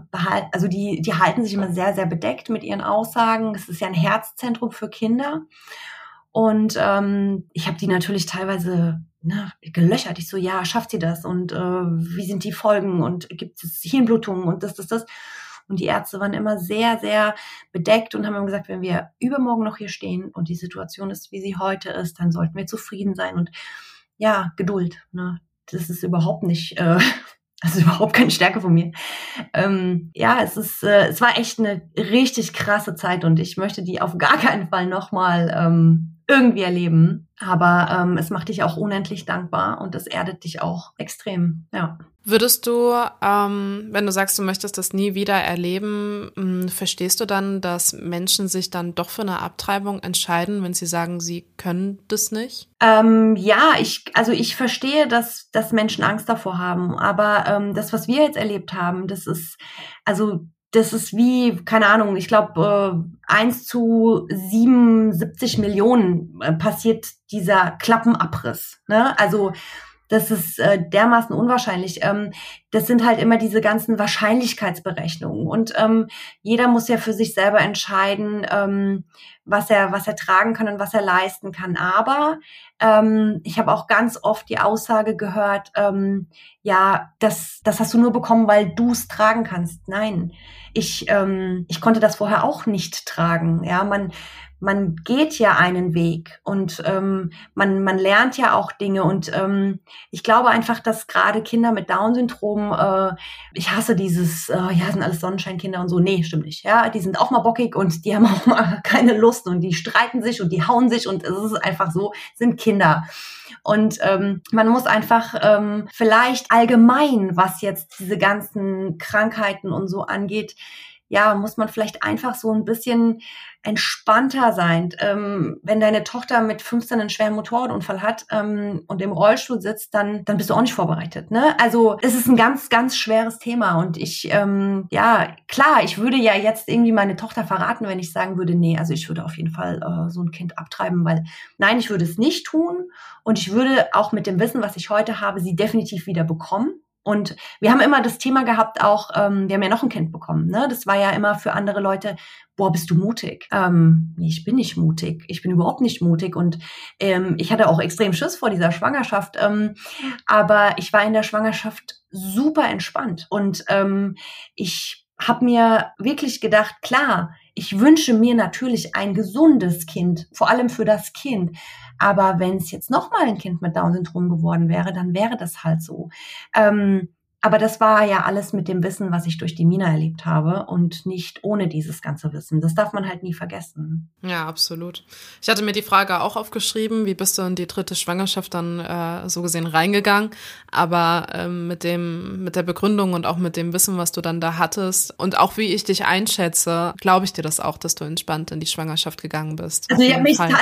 die halten sich immer sehr, sehr bedeckt mit ihren Aussagen. Es ist ja ein Herzzentrum für Kinder. Und ich habe die natürlich teilweise gelöchert. Ich so, ja, schafft sie das? Und wie sind die Folgen? Und gibt es Hirnblutungen und das? Und die Ärzte waren immer sehr, sehr bedeckt und haben immer gesagt, wenn wir übermorgen noch hier stehen und die Situation ist, wie sie heute ist, dann sollten wir zufrieden sein. Und ja, Geduld. Ne? Das ist überhaupt nicht... Also überhaupt keine Stärke von mir. Es war echt eine richtig krasse Zeit und ich möchte die auf gar keinen Fall nochmal irgendwie erleben. Aber es macht dich auch unendlich dankbar und es erdet dich auch extrem, ja. Würdest du, wenn du sagst, du möchtest das nie wieder erleben, verstehst du dann, dass Menschen sich dann doch für eine Abtreibung entscheiden, wenn sie sagen, sie können das nicht? Ich verstehe, dass Menschen Angst davor haben, aber das, was wir jetzt erlebt haben, das ist, also das ist wie, keine Ahnung, ich glaube 1:77 Millionen passiert dieser Klappenabriss. Ne? Also das ist dermaßen unwahrscheinlich. Das sind halt immer diese ganzen Wahrscheinlichkeitsberechnungen. Und jeder muss ja für sich selber entscheiden, was er tragen kann und was er leisten kann. Aber ich habe auch ganz oft die Aussage gehört, ja, das hast du nur bekommen, weil du es tragen kannst. Nein, ich konnte das vorher auch nicht tragen. Ja, man geht ja einen Weg und man lernt ja auch Dinge und ich glaube einfach, dass gerade Kinder mit Down-Syndrom, ich hasse dieses, ja, sind alles Sonnenscheinkinder und so, nee, stimmt nicht, ja, die sind auch mal bockig und die haben auch mal keine Lust und die streiten sich und die hauen sich und es ist einfach so, sind Kinder. Und man muss einfach vielleicht allgemein, was jetzt diese ganzen Krankheiten und so angeht, ja, muss man vielleicht einfach so ein bisschen entspannter sein. Wenn deine Tochter mit 15 einen schweren Motorradunfall hat und im Rollstuhl sitzt, dann bist du auch nicht vorbereitet. Ne? Also es ist ein ganz, ganz schweres Thema. Und ich, ja, klar, ich würde ja jetzt irgendwie meine Tochter verraten, wenn ich sagen würde, nee, also ich würde auf jeden Fall so ein Kind abtreiben, weil nein, ich würde es nicht tun. Und ich würde auch mit dem Wissen, was ich heute habe, sie definitiv wieder bekommen. Und wir haben immer das Thema gehabt auch, wir haben ja noch ein Kind bekommen, ne? Das war ja immer für andere Leute, boah, bist du mutig? Nee, ich bin nicht mutig. Ich bin überhaupt nicht mutig. Und ich hatte auch extrem Schiss vor dieser Schwangerschaft. Aber ich war in der Schwangerschaft super entspannt. Und ich habe mir wirklich gedacht, klar, ich wünsche mir natürlich ein gesundes Kind, vor allem für das Kind. Aber wenn es jetzt nochmal ein Kind mit Down-Syndrom geworden wäre, dann wäre das halt so. Aber das war ja alles mit dem Wissen, was ich durch die Mina erlebt habe und nicht ohne dieses ganze Wissen. Das darf man halt nie vergessen. Ja, absolut. Ich hatte mir die Frage auch aufgeschrieben, wie bist du in die 3. Schwangerschaft dann so gesehen reingegangen? Aber mit der Begründung und auch mit dem Wissen, was du dann da hattest und auch wie ich dich einschätze, glaube ich dir das auch, dass du entspannt in die Schwangerschaft gegangen bist. Also ich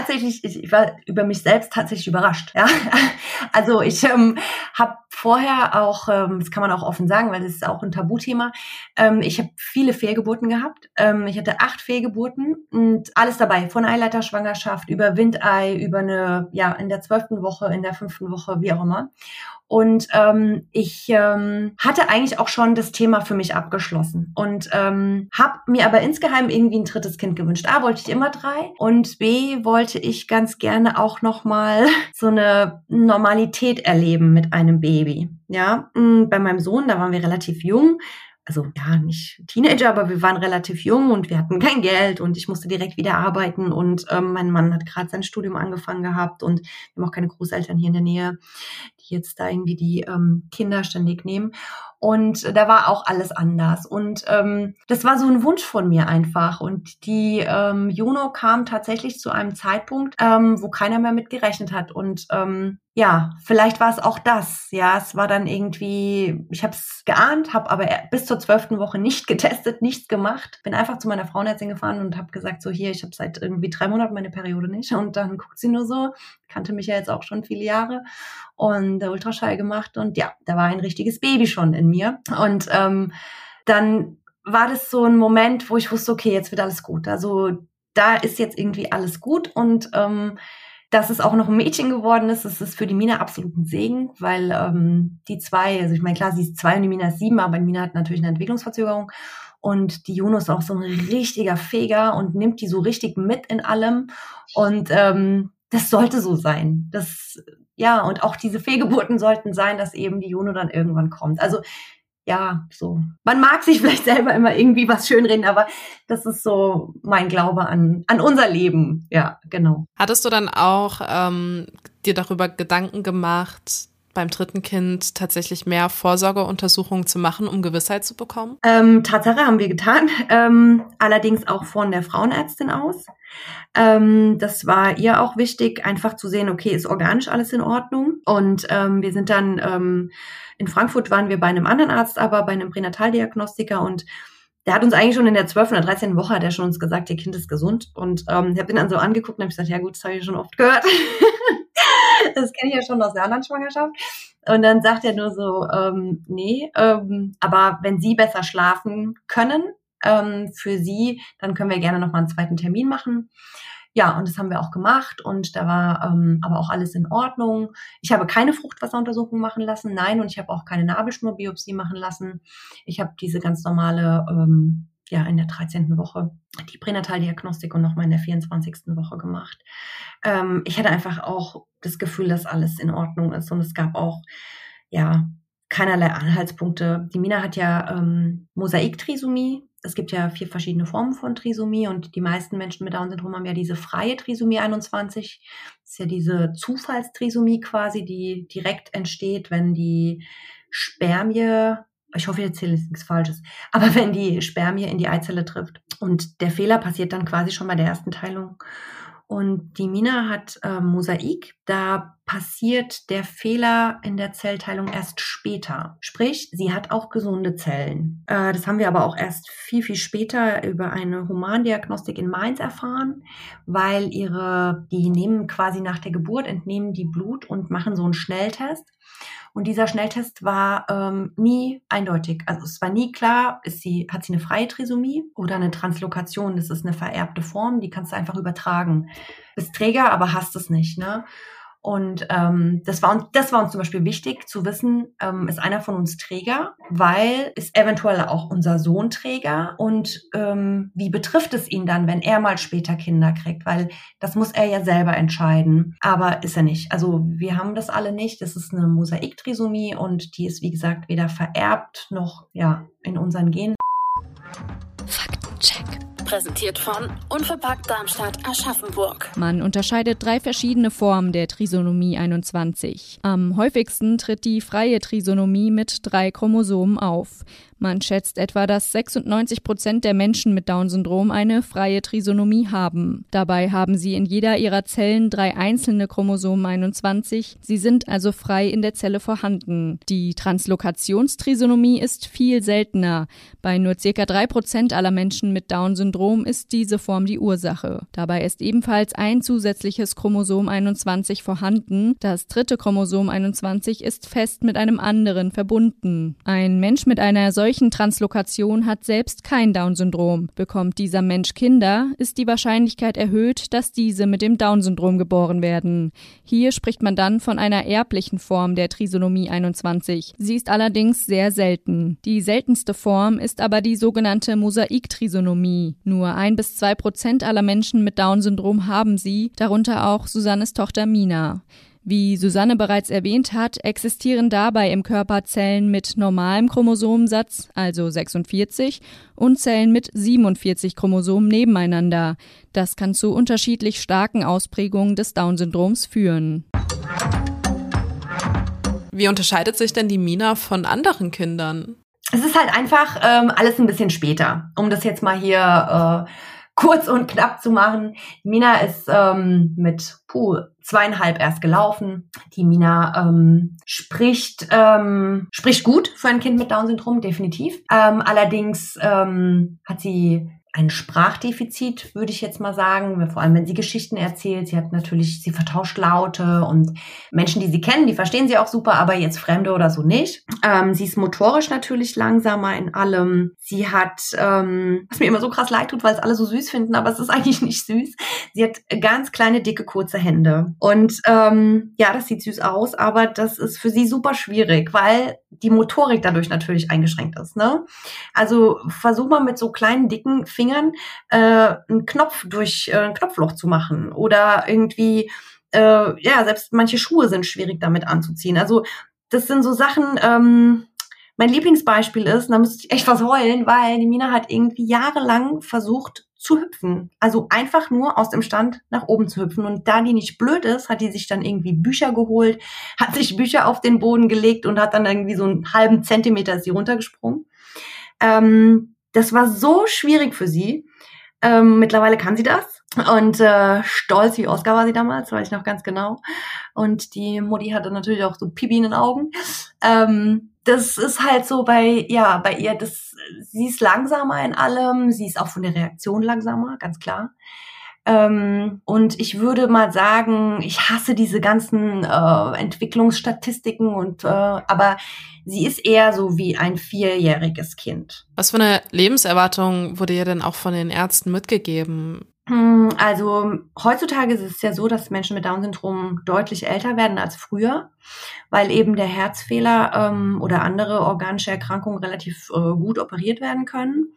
war über mich selbst tatsächlich überrascht. Ja? Also ich habe vorher auch, das kann man auch offen sagen, weil das ist auch ein Tabuthema, ich habe viele Fehlgeburten gehabt. Ich hatte 8 Fehlgeburten und alles dabei, von Eileiterschwangerschaft über Windei, über in der 12. Woche, in der 5. Woche, wie auch immer. Und ich hatte eigentlich auch schon das Thema für mich abgeschlossen und habe mir aber insgeheim irgendwie ein 3. Kind gewünscht. A, wollte ich immer 3 und B, wollte ich ganz gerne auch nochmal so eine Normalität erleben mit einem Baby. Ja, bei meinem Sohn, da waren wir relativ jung. Also ja, nicht Teenager, aber wir waren relativ jung und wir hatten kein Geld und ich musste direkt wieder arbeiten und mein Mann hat gerade sein Studium angefangen gehabt und wir haben auch keine Großeltern hier in der Nähe, die jetzt da irgendwie die Kinder ständig nehmen. Und da war auch alles anders. Und das war so ein Wunsch von mir einfach. Und die Juno kam tatsächlich zu einem Zeitpunkt, wo keiner mehr mit gerechnet hat. Und ja, vielleicht war es auch das. Ja, es war dann irgendwie, ich habe es geahnt, habe aber bis zur 12. Woche nicht getestet, nichts gemacht. Bin einfach zu meiner Frauenärztin gefahren und habe gesagt, so hier, ich habe seit irgendwie 3 Monaten meine Periode nicht. Und dann guckt sie nur so, kannte mich ja jetzt auch schon viele Jahre und der Ultraschall gemacht. Und ja, da war ein richtiges Baby schon in mir. Und dann war das so ein Moment, wo ich wusste, okay, jetzt wird alles gut. Also da ist jetzt irgendwie alles gut und dass es auch noch ein Mädchen geworden ist, das ist für die Mina absolut ein Segen, weil die 2, also ich meine, klar, sie ist 2 und die Mina ist 7, aber die Mina hat natürlich eine Entwicklungsverzögerung und die Juno ist auch so ein richtiger Feger und nimmt die so richtig mit in allem und das sollte so sein. Ja, und auch diese Fehlgeburten sollten sein, dass eben die Juno dann irgendwann kommt. Also ja, so. Man mag sich vielleicht selber immer irgendwie was schönreden, aber das ist so mein Glaube an unser Leben. Ja, genau. Hattest du dann auch dir darüber Gedanken gemacht, beim 3. Kind tatsächlich mehr Vorsorgeuntersuchungen zu machen, um Gewissheit zu bekommen? Tatsache haben wir getan, allerdings auch von der Frauenärztin aus. Das war ihr auch wichtig, einfach zu sehen, okay, ist organisch alles in Ordnung? Und wir sind dann, in Frankfurt waren wir bei einem anderen Arzt, aber bei einem Pränataldiagnostiker und der hat uns eigentlich schon in der 12. oder 13. Woche hat er schon uns gesagt, ihr Kind ist gesund. Und ich habe ihn dann so angeguckt und habe gesagt, ja gut, das habe ich schon oft gehört. Das kenne ich ja schon aus der anderen Schwangerschaft. Und dann sagt er nur so, nee, aber wenn Sie besser schlafen können, für sie, dann können wir gerne nochmal einen zweiten Termin machen. Ja, und das haben wir auch gemacht und da war aber auch alles in Ordnung. Ich habe keine Fruchtwasseruntersuchung machen lassen, nein, und ich habe auch keine Nabelschnurbiopsie machen lassen. Ich habe diese ganz normale, in der 13. Woche die Pränataldiagnostik und nochmal in der 24. Woche gemacht. Ich hatte einfach auch das Gefühl, dass alles in Ordnung ist und es gab auch, keinerlei Anhaltspunkte. Die Mina hat ja Mosaik-Trisomie. Es gibt ja 4 verschiedene Formen von Trisomie und die meisten Menschen mit Down-Syndrom haben ja diese freie Trisomie 21. Das ist ja diese Zufallstrisomie quasi, die direkt entsteht, wenn die Spermie, ich hoffe, ich erzähle jetzt nichts Falsches, aber wenn die Spermie in die Eizelle trifft. Und der Fehler passiert dann quasi schon bei der ersten Teilung. Und die Mina hat Mosaik, da passiert der Fehler in der Zellteilung erst später. Sprich, sie hat auch gesunde Zellen. Das haben wir aber auch erst viel, viel später über eine Humandiagnostik in Mainz erfahren, weil die nehmen quasi nach der Geburt, entnehmen die Blut und machen so einen Schnelltest. Und dieser Schnelltest war nie eindeutig. Also es war nie klar, hat sie eine freie Trisomie oder eine Translokation. Das ist eine vererbte Form, die kannst du einfach übertragen. Bist Träger, aber hast es nicht, ne? Und das war uns zum Beispiel wichtig zu wissen, ist einer von uns Träger, weil ist eventuell auch unser Sohn Träger und wie betrifft es ihn dann, wenn er mal später Kinder kriegt, weil das muss er ja selber entscheiden, aber ist er nicht. Also wir haben das alle nicht, das ist eine Mosaik-Trisomie und die ist wie gesagt weder vererbt noch in unseren Genen. Faktencheck. Präsentiert von Unverpackt Darmstadt Aschaffenburg. Man unterscheidet 3 verschiedene Formen der Trisomie 21. Am häufigsten tritt die freie Trisomie mit 3 Chromosomen auf. Man schätzt etwa, dass 96% der Menschen mit Down-Syndrom eine freie Trisomie haben. Dabei haben sie in jeder ihrer Zellen 3 einzelne Chromosomen 21. Sie sind also frei in der Zelle vorhanden. Die Translokationstrisomie ist viel seltener. Bei nur ca. 3% aller Menschen mit Down-Syndrom ist diese Form die Ursache. Dabei ist ebenfalls ein zusätzliches Chromosom 21 vorhanden. Das 3. Chromosom 21 ist fest mit einem anderen verbunden. Ein Mensch mit einer solchen Translokation hat selbst kein Down-Syndrom. Bekommt dieser Mensch Kinder, ist die Wahrscheinlichkeit erhöht, dass diese mit dem Down-Syndrom geboren werden. Hier spricht man dann von einer erblichen Form der Trisomie 21. Sie ist allerdings sehr selten. Die seltenste Form ist aber die sogenannte Mosaik-Trisomie. Nur 1-2% aller Menschen mit Down-Syndrom haben sie, darunter auch Susannes Tochter Mina. Wie Susanne bereits erwähnt hat, existieren dabei im Körper Zellen mit normalem Chromosomensatz, also 46, und Zellen mit 47 Chromosomen nebeneinander. Das kann zu unterschiedlich starken Ausprägungen des Down-Syndroms führen. Wie unterscheidet sich denn die Mina von anderen Kindern? Es ist halt einfach alles ein bisschen später, um das jetzt mal hier kurz und knapp zu machen. Mina ist mit 2,5 erst gelaufen. Die Mina spricht gut für ein Kind mit Down-Syndrom, definitiv. Allerdings hat sie ein Sprachdefizit, würde ich jetzt mal sagen, vor allem wenn sie Geschichten erzählt. Sie vertauscht Laute und Menschen, die sie kennen, die verstehen sie auch super, aber jetzt Fremde oder so nicht. Sie ist motorisch natürlich langsamer in allem. Sie hat, was mir immer so krass leid tut, weil es alle so süß finden, aber es ist eigentlich nicht süß. Sie hat ganz kleine, dicke, kurze Hände. Und das sieht süß aus, aber das ist für sie super schwierig, weil die Motorik dadurch natürlich eingeschränkt ist, ne? Also versuch mal mit so kleinen, dicken Fingern einen Knopf durch ein Knopfloch zu machen oder irgendwie, selbst manche Schuhe sind schwierig damit anzuziehen. Also das sind so Sachen, mein Lieblingsbeispiel ist, da müsste ich echt was heulen, weil die Mina hat irgendwie jahrelang versucht zu hüpfen. Also einfach nur aus dem Stand nach oben zu hüpfen. Und da die nicht blöd ist, hat die sich dann irgendwie Bücher geholt, hat sich Bücher auf den Boden gelegt und hat dann irgendwie so einen halben Zentimeter ist sie runtergesprungen. Das war so schwierig für sie. Mittlerweile kann sie das. Und stolz wie Oscar war sie damals, weiß ich noch ganz genau. Und die Mutti hatte natürlich auch so Pipi in den Augen. Das ist halt so bei ihr, sie ist langsamer in allem, sie ist auch von der Reaktion langsamer, ganz klar. Und ich würde mal sagen, ich hasse diese ganzen Entwicklungsstatistiken aber sie ist eher so wie ein 4-jähriges Kind. Was für eine Lebenserwartung wurde ihr denn auch von den Ärzten mitgegeben? Also heutzutage ist es ja so, dass Menschen mit Down-Syndrom deutlich älter werden als früher, weil eben der Herzfehler oder andere organische Erkrankungen relativ gut operiert werden können.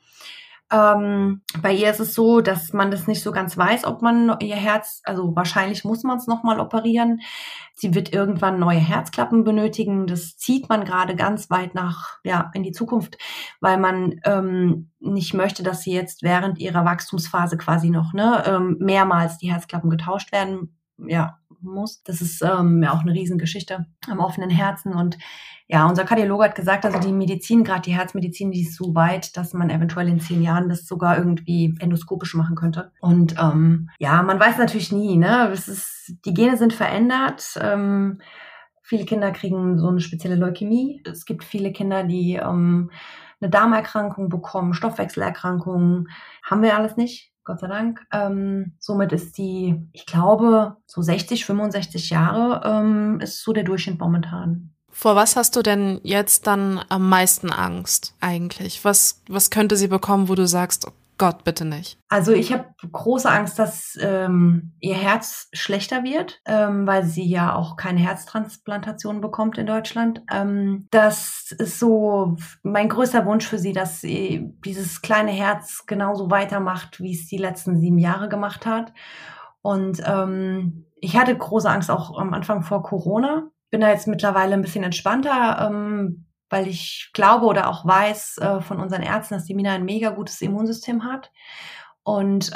Bei ihr ist es so, dass man das nicht so ganz weiß, ob man ihr Herz, also wahrscheinlich muss man es nochmal operieren. Sie wird irgendwann neue Herzklappen benötigen. Das zieht man gerade ganz weit in die Zukunft, weil man nicht möchte, dass sie jetzt während ihrer Wachstumsphase quasi noch mehrmals die Herzklappen getauscht werden muss. Das ist auch eine Riesengeschichte am offenen Herzen. Und ja, unser Kardiologe hat gesagt, also die Medizin, gerade die Herzmedizin, die ist so weit, dass man eventuell in 10 Jahren das sogar irgendwie endoskopisch machen könnte. Und man weiß natürlich nie, ne? Die Gene sind verändert. Viele Kinder kriegen so eine spezielle Leukämie. Es gibt viele Kinder, die eine Darmerkrankung bekommen, Stoffwechselerkrankungen. Haben wir alles nicht, Gott sei Dank. Somit ist die, ich glaube, so 60, 65 Jahre ist so der Durchschnitt momentan. Vor was hast du denn jetzt dann am meisten Angst eigentlich? Was könnte sie bekommen, wo du sagst, oh Gott, bitte nicht? Also ich habe große Angst, dass ihr Herz schlechter wird, weil sie ja auch keine Herztransplantation bekommt in Deutschland. Das ist so mein größter Wunsch für sie, dass sie dieses kleine Herz genauso weitermacht, wie es die letzten 7 Jahre gemacht hat. Und ich hatte große Angst auch am Anfang vor Corona. Bin da jetzt mittlerweile ein bisschen entspannter, weil ich glaube oder auch weiß von unseren Ärzten, dass die Mina ein mega gutes Immunsystem hat und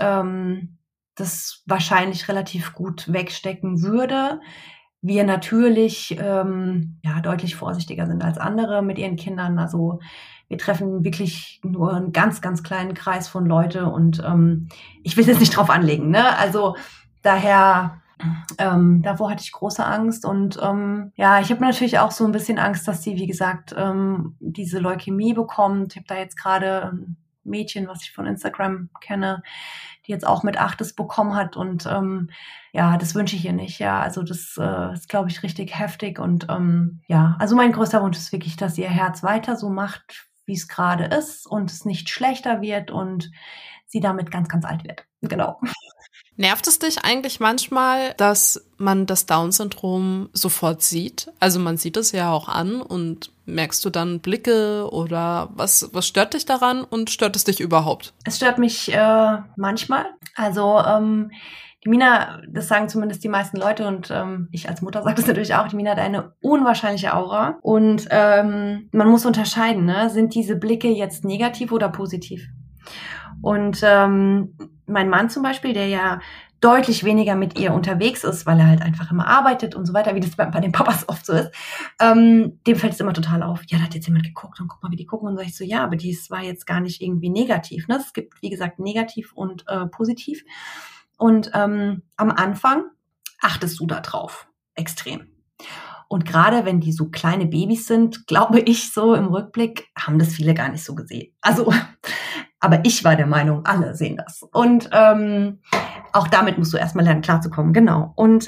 das wahrscheinlich relativ gut wegstecken würde. Wir natürlich deutlich vorsichtiger sind als andere mit ihren Kindern. Also wir treffen wirklich nur einen ganz, ganz kleinen Kreis von Leute und ich will es jetzt nicht drauf anlegen, ne? Also daher... davor hatte ich große Angst und ich habe natürlich auch so ein bisschen Angst, dass sie, wie gesagt, diese Leukämie bekommt. Ich habe da jetzt gerade ein Mädchen, was ich von Instagram kenne, die jetzt auch mit 8 es bekommen hat und das wünsche ich ihr nicht. Ja, also das ist, glaube ich, richtig heftig und also mein größter Wunsch ist wirklich, dass ihr Herz weiter so macht, wie es gerade ist und es nicht schlechter wird und sie damit ganz, ganz alt wird. Genau. Nervt es dich eigentlich manchmal, dass man das Down-Syndrom sofort sieht? Also man sieht es ja auch an und merkst du dann Blicke oder was stört dich daran und stört es dich überhaupt? Es stört mich manchmal. Also die Mina, das sagen zumindest die meisten Leute und ich als Mutter sage das natürlich auch, die Mina hat eine unwahrscheinliche Aura und man muss unterscheiden, ne? Sind diese Blicke jetzt negativ oder positiv? Und mein Mann zum Beispiel, der ja deutlich weniger mit ihr unterwegs ist, weil er halt einfach immer arbeitet und so weiter, wie das bei den Papas oft so ist, dem fällt es immer total auf. Ja, da hat jetzt jemand geguckt und guck mal, wie die gucken. Und sag ich so, ja, aber dies war jetzt gar nicht irgendwie negativ. Ne? Es gibt, wie gesagt, negativ und positiv. Und am Anfang achtest du da drauf. Extrem. Und gerade wenn die so kleine Babys sind, glaube ich, so im Rückblick, haben das viele gar nicht so gesehen. Also, aber ich war der Meinung, alle sehen das. Und auch damit musst du erstmal lernen, klarzukommen. Genau. Und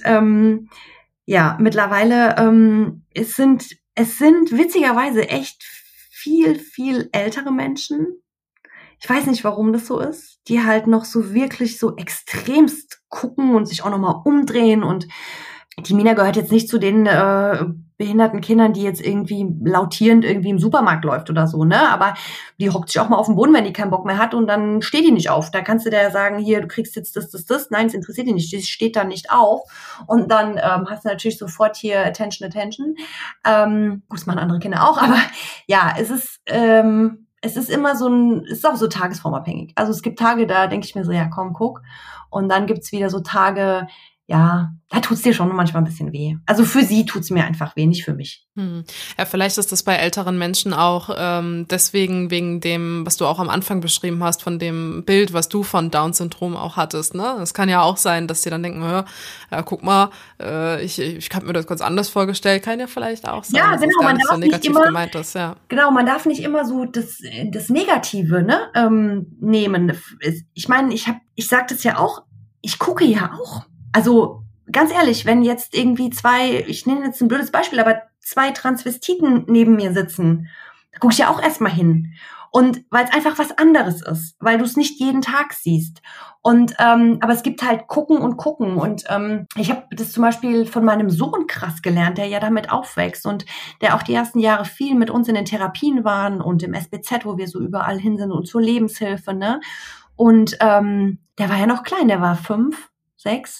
mittlerweile, es sind witzigerweise echt viel ältere Menschen. Ich weiß nicht, warum das so ist, die halt noch so wirklich so extremst gucken und sich auch nochmal umdrehen und die Mina gehört jetzt nicht zu den behinderten Kindern, die jetzt irgendwie lautierend irgendwie im Supermarkt läuft oder so, ne? Aber die hockt sich auch mal auf den Boden, wenn die keinen Bock mehr hat und dann steht die nicht auf. Da kannst du der sagen, hier, du kriegst jetzt das. Nein, es interessiert die nicht. Die steht da nicht auf. Und dann hast du natürlich sofort hier Attention. Gut, das machen andere Kinder auch, aber ja, es ist immer es ist auch so tagesformabhängig. Also es gibt Tage, da denke ich mir so, ja komm, guck. Und dann gibt's wieder so Tage, ja, da tut's dir schon manchmal ein bisschen weh. Also für sie tut's mir einfach weh, nicht für mich. Ja, vielleicht ist das bei älteren Menschen auch deswegen wegen dem, was du auch am Anfang beschrieben hast, von dem Bild, was du von Down-Syndrom auch hattest, ne? Es kann ja auch sein, dass die dann denken, ja, guck mal, ich habe mir das ganz anders vorgestellt. Kann ja vielleicht auch sein, dass es gar nicht so negativ gemeint ist, ja. Genau, man darf nicht immer so das Negative, ne, nehmen. Ich meine, ich sag das ja auch, ich gucke ja auch. Also ganz ehrlich, wenn jetzt irgendwie ich nenne jetzt ein blödes Beispiel, aber 2 Transvestiten neben mir sitzen, da gucke ich ja auch erstmal hin. Und weil es einfach was anderes ist, weil du es nicht jeden Tag siehst. Und aber es gibt halt Gucken und Gucken. Und ich habe das zum Beispiel von meinem Sohn krass gelernt, der ja damit aufwächst und der auch die ersten Jahre viel mit uns in den Therapien waren und im SBZ, wo wir so überall hin sind und zur Lebenshilfe, ne? Und der war ja noch klein, der war 5, 6.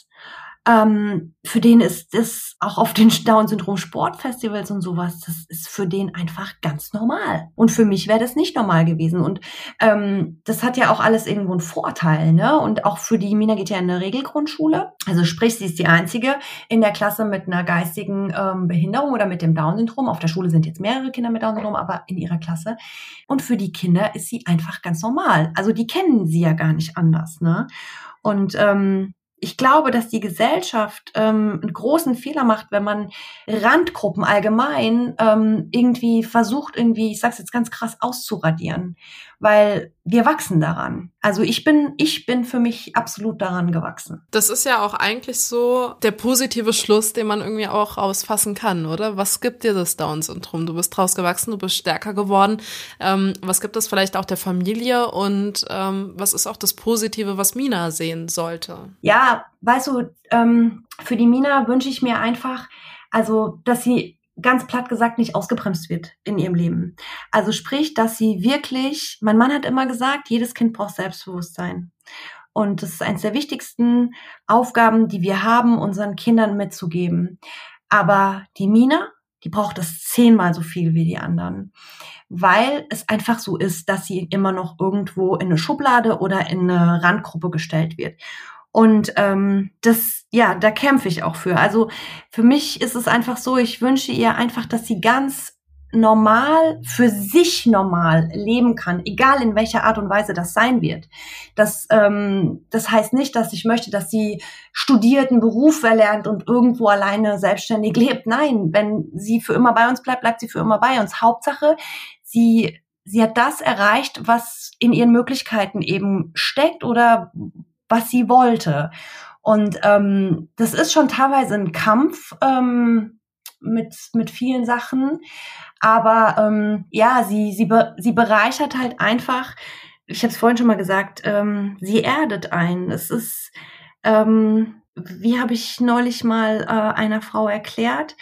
Für den ist das auch auf den Down-Syndrom-Sportfestivals und sowas, das ist für den einfach ganz normal. Und für mich wäre das nicht normal gewesen. Und das hat ja auch alles irgendwo einen Vorteil, ne? Und auch für die, Mina geht ja in eine Regelgrundschule. Also sprich, sie ist die einzige in der Klasse mit einer geistigen Behinderung oder mit dem Down-Syndrom. Auf der Schule sind jetzt mehrere Kinder mit Down-Syndrom, aber in ihrer Klasse. Und für die Kinder ist sie einfach ganz normal. Also die kennen sie ja gar nicht anders, ne? Und ich glaube, dass die Gesellschaft einen großen Fehler macht, wenn man Randgruppen allgemein irgendwie versucht, ich sag's jetzt ganz krass, auszuradieren. Weil wir wachsen daran. Also ich bin für mich absolut daran gewachsen. Das ist ja auch eigentlich so der positive Schluss, den man irgendwie auch rausfassen kann, oder? Was gibt dir das Down-Syndrom? Du bist draus gewachsen, du bist stärker geworden. Was gibt es vielleicht auch der Familie und was ist auch das Positive, was Mina sehen sollte? Ja, weißt du, für die Mina wünsche ich mir einfach, also dass sie ganz platt gesagt nicht ausgebremst wird in ihrem Leben. Also sprich, dass sie wirklich, mein Mann hat immer gesagt, jedes Kind braucht Selbstbewusstsein. Und das ist eines der wichtigsten Aufgaben, die wir haben, unseren Kindern mitzugeben. Aber die Mina, die braucht das 10-mal so viel wie die anderen. Weil es einfach so ist, dass sie immer noch irgendwo in eine Schublade oder in eine Randgruppe gestellt wird. Und da kämpfe ich auch für. Also für mich ist es einfach so, ich wünsche ihr einfach, dass sie ganz normal, für sich normal leben kann, egal in welcher Art und Weise das sein wird. Das heißt nicht, dass ich möchte, dass sie studiert, einen Beruf erlernt und irgendwo alleine selbstständig lebt. Nein, wenn sie für immer bei uns bleibt, bleibt sie für immer bei uns. Hauptsache, sie hat das erreicht, was in ihren Möglichkeiten eben steckt oder was sie wollte. Und das ist schon teilweise ein Kampf mit vielen Sachen. Aber sie bereichert halt einfach, ich habe es vorhin schon mal gesagt, sie erdet einen. Es ist, wie habe ich neulich mal einer Frau erklärt,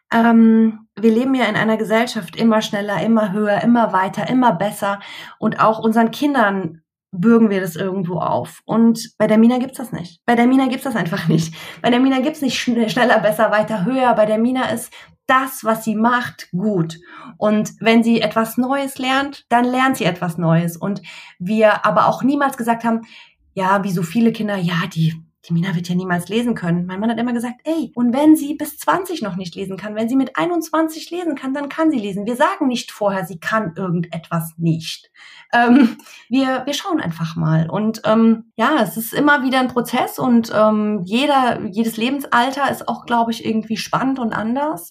wir leben ja in einer Gesellschaft immer schneller, immer höher, immer weiter, immer besser. Und auch unseren Kindern bürgen wir das irgendwo auf. Und bei der Mina gibt's das nicht. Bei der Mina gibt's das einfach nicht. Bei der Mina gibt's nicht schneller, besser, weiter, höher. Bei der Mina ist das, was sie macht, gut. Und wenn sie etwas Neues lernt, dann lernt sie etwas Neues. Und wir aber auch niemals gesagt haben, ja, wie so viele Kinder, ja, die Mina wird ja niemals lesen können. Mein Mann hat immer gesagt, ey, und wenn sie bis 20 noch nicht lesen kann, wenn sie mit 21 lesen kann, dann kann sie lesen. Wir sagen nicht vorher, sie kann irgendetwas nicht. Wir schauen einfach mal. Und es ist immer wieder ein Prozess und jedes Lebensalter ist auch, glaube ich, irgendwie spannend und anders.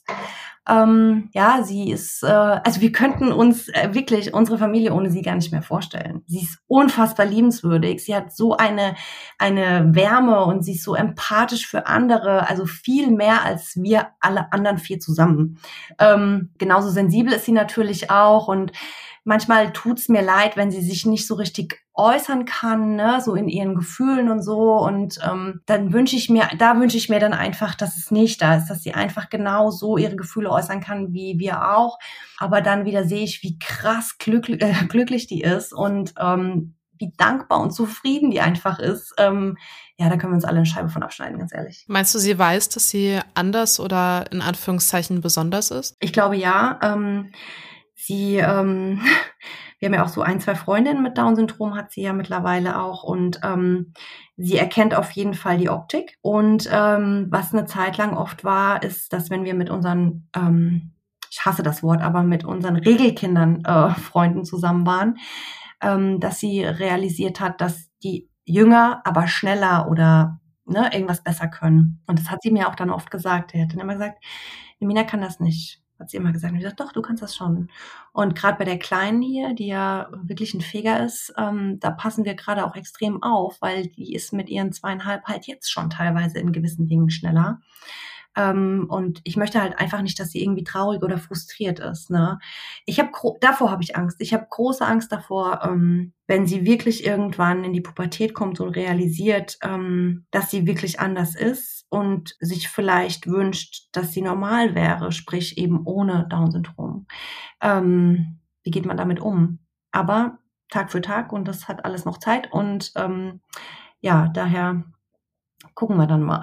Sie ist, wir könnten uns wirklich unsere Familie ohne sie gar nicht mehr vorstellen. Sie ist unfassbar liebenswürdig. Sie hat so eine Wärme und sie ist so empathisch für andere, also viel mehr als wir alle anderen 4 zusammen. Genauso sensibel ist sie natürlich auch und manchmal tut's mir leid, wenn sie sich nicht so richtig äußern kann, ne, so in ihren Gefühlen und so. Und dann wünsche ich mir dann einfach, dass es nicht da ist, dass sie einfach genau so ihre Gefühle äußern kann, wie wir auch. Aber dann wieder sehe ich, wie krass glücklich die ist und wie dankbar und zufrieden die einfach ist. Da können wir uns alle eine Scheibe von abschneiden, ganz ehrlich. Meinst du, sie weiß, dass sie anders oder in Anführungszeichen besonders ist? Ich glaube, ja. Wir haben ja auch so 1, 2 Freundinnen mit Down-Syndrom, hat sie ja mittlerweile auch. Und sie erkennt auf jeden Fall die Optik. Und was eine Zeit lang oft war, ist, dass wenn wir mit unseren, ich hasse das Wort, aber mit unseren Regelkindern Freunden zusammen waren, dass sie realisiert hat, dass die jünger, aber schneller oder irgendwas besser können. Und das hat sie mir auch dann oft gesagt. Er hat dann immer gesagt, Mina kann das nicht. hat sie immer gesagt. Und ich gesagt, doch, du kannst das schon. Und gerade bei der Kleinen hier, die ja wirklich ein Feger ist, da passen wir gerade auch extrem auf, weil die ist mit ihren 2,5 halt jetzt schon teilweise in gewissen Dingen schneller. Und ich möchte halt einfach nicht, dass sie irgendwie traurig oder frustriert ist. Ne? Davor habe ich Angst. Ich habe große Angst davor, wenn sie wirklich irgendwann in die Pubertät kommt und realisiert, dass sie wirklich anders ist und sich vielleicht wünscht, dass sie normal wäre, sprich eben ohne Down-Syndrom. Wie geht man damit um? Aber Tag für Tag und das hat alles noch Zeit und daher gucken wir dann mal.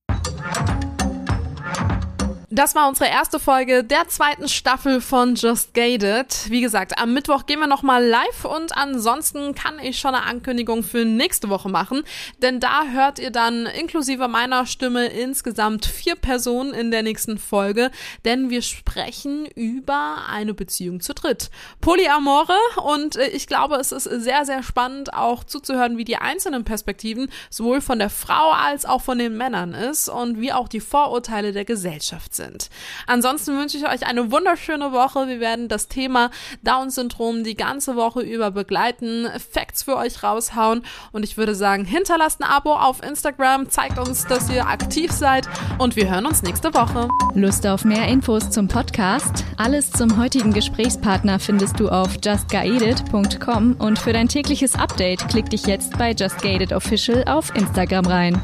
Das war unsere erste Folge der 2. Staffel von Just Gated. Wie gesagt, am Mittwoch gehen wir nochmal live und ansonsten kann ich schon eine Ankündigung für nächste Woche machen, denn da hört ihr dann inklusive meiner Stimme insgesamt 4 Personen in der nächsten Folge, denn wir sprechen über eine Beziehung zu dritt. Polyamore und ich glaube, es ist sehr, sehr spannend auch zuzuhören, wie die einzelnen Perspektiven sowohl von der Frau als auch von den Männern ist und wie auch die Vorurteile der Gesellschaft sind. Ansonsten wünsche ich euch eine wunderschöne Woche. Wir werden das Thema Down-Syndrom die ganze Woche über begleiten, Facts für euch raushauen und ich würde sagen, hinterlasst ein Abo auf Instagram, zeigt uns, dass ihr aktiv seid und wir hören uns nächste Woche. Lust auf mehr Infos zum Podcast? Alles zum heutigen Gesprächspartner findest du auf justgated.com und für dein tägliches Update klick dich jetzt bei Just Gated Official auf Instagram rein.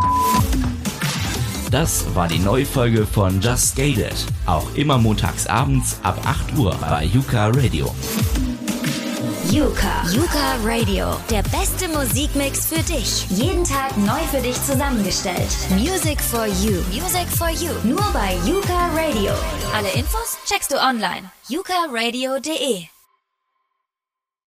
Das war die neue Folge von Just Gated. Auch immer montags abends ab 8 Uhr bei Yuka Radio. Yuka Radio. Der beste Musikmix für dich. Jeden Tag neu für dich zusammengestellt. Music for you. Music for you. Nur bei Yuka Radio. Alle Infos checkst du online. yukaradio.de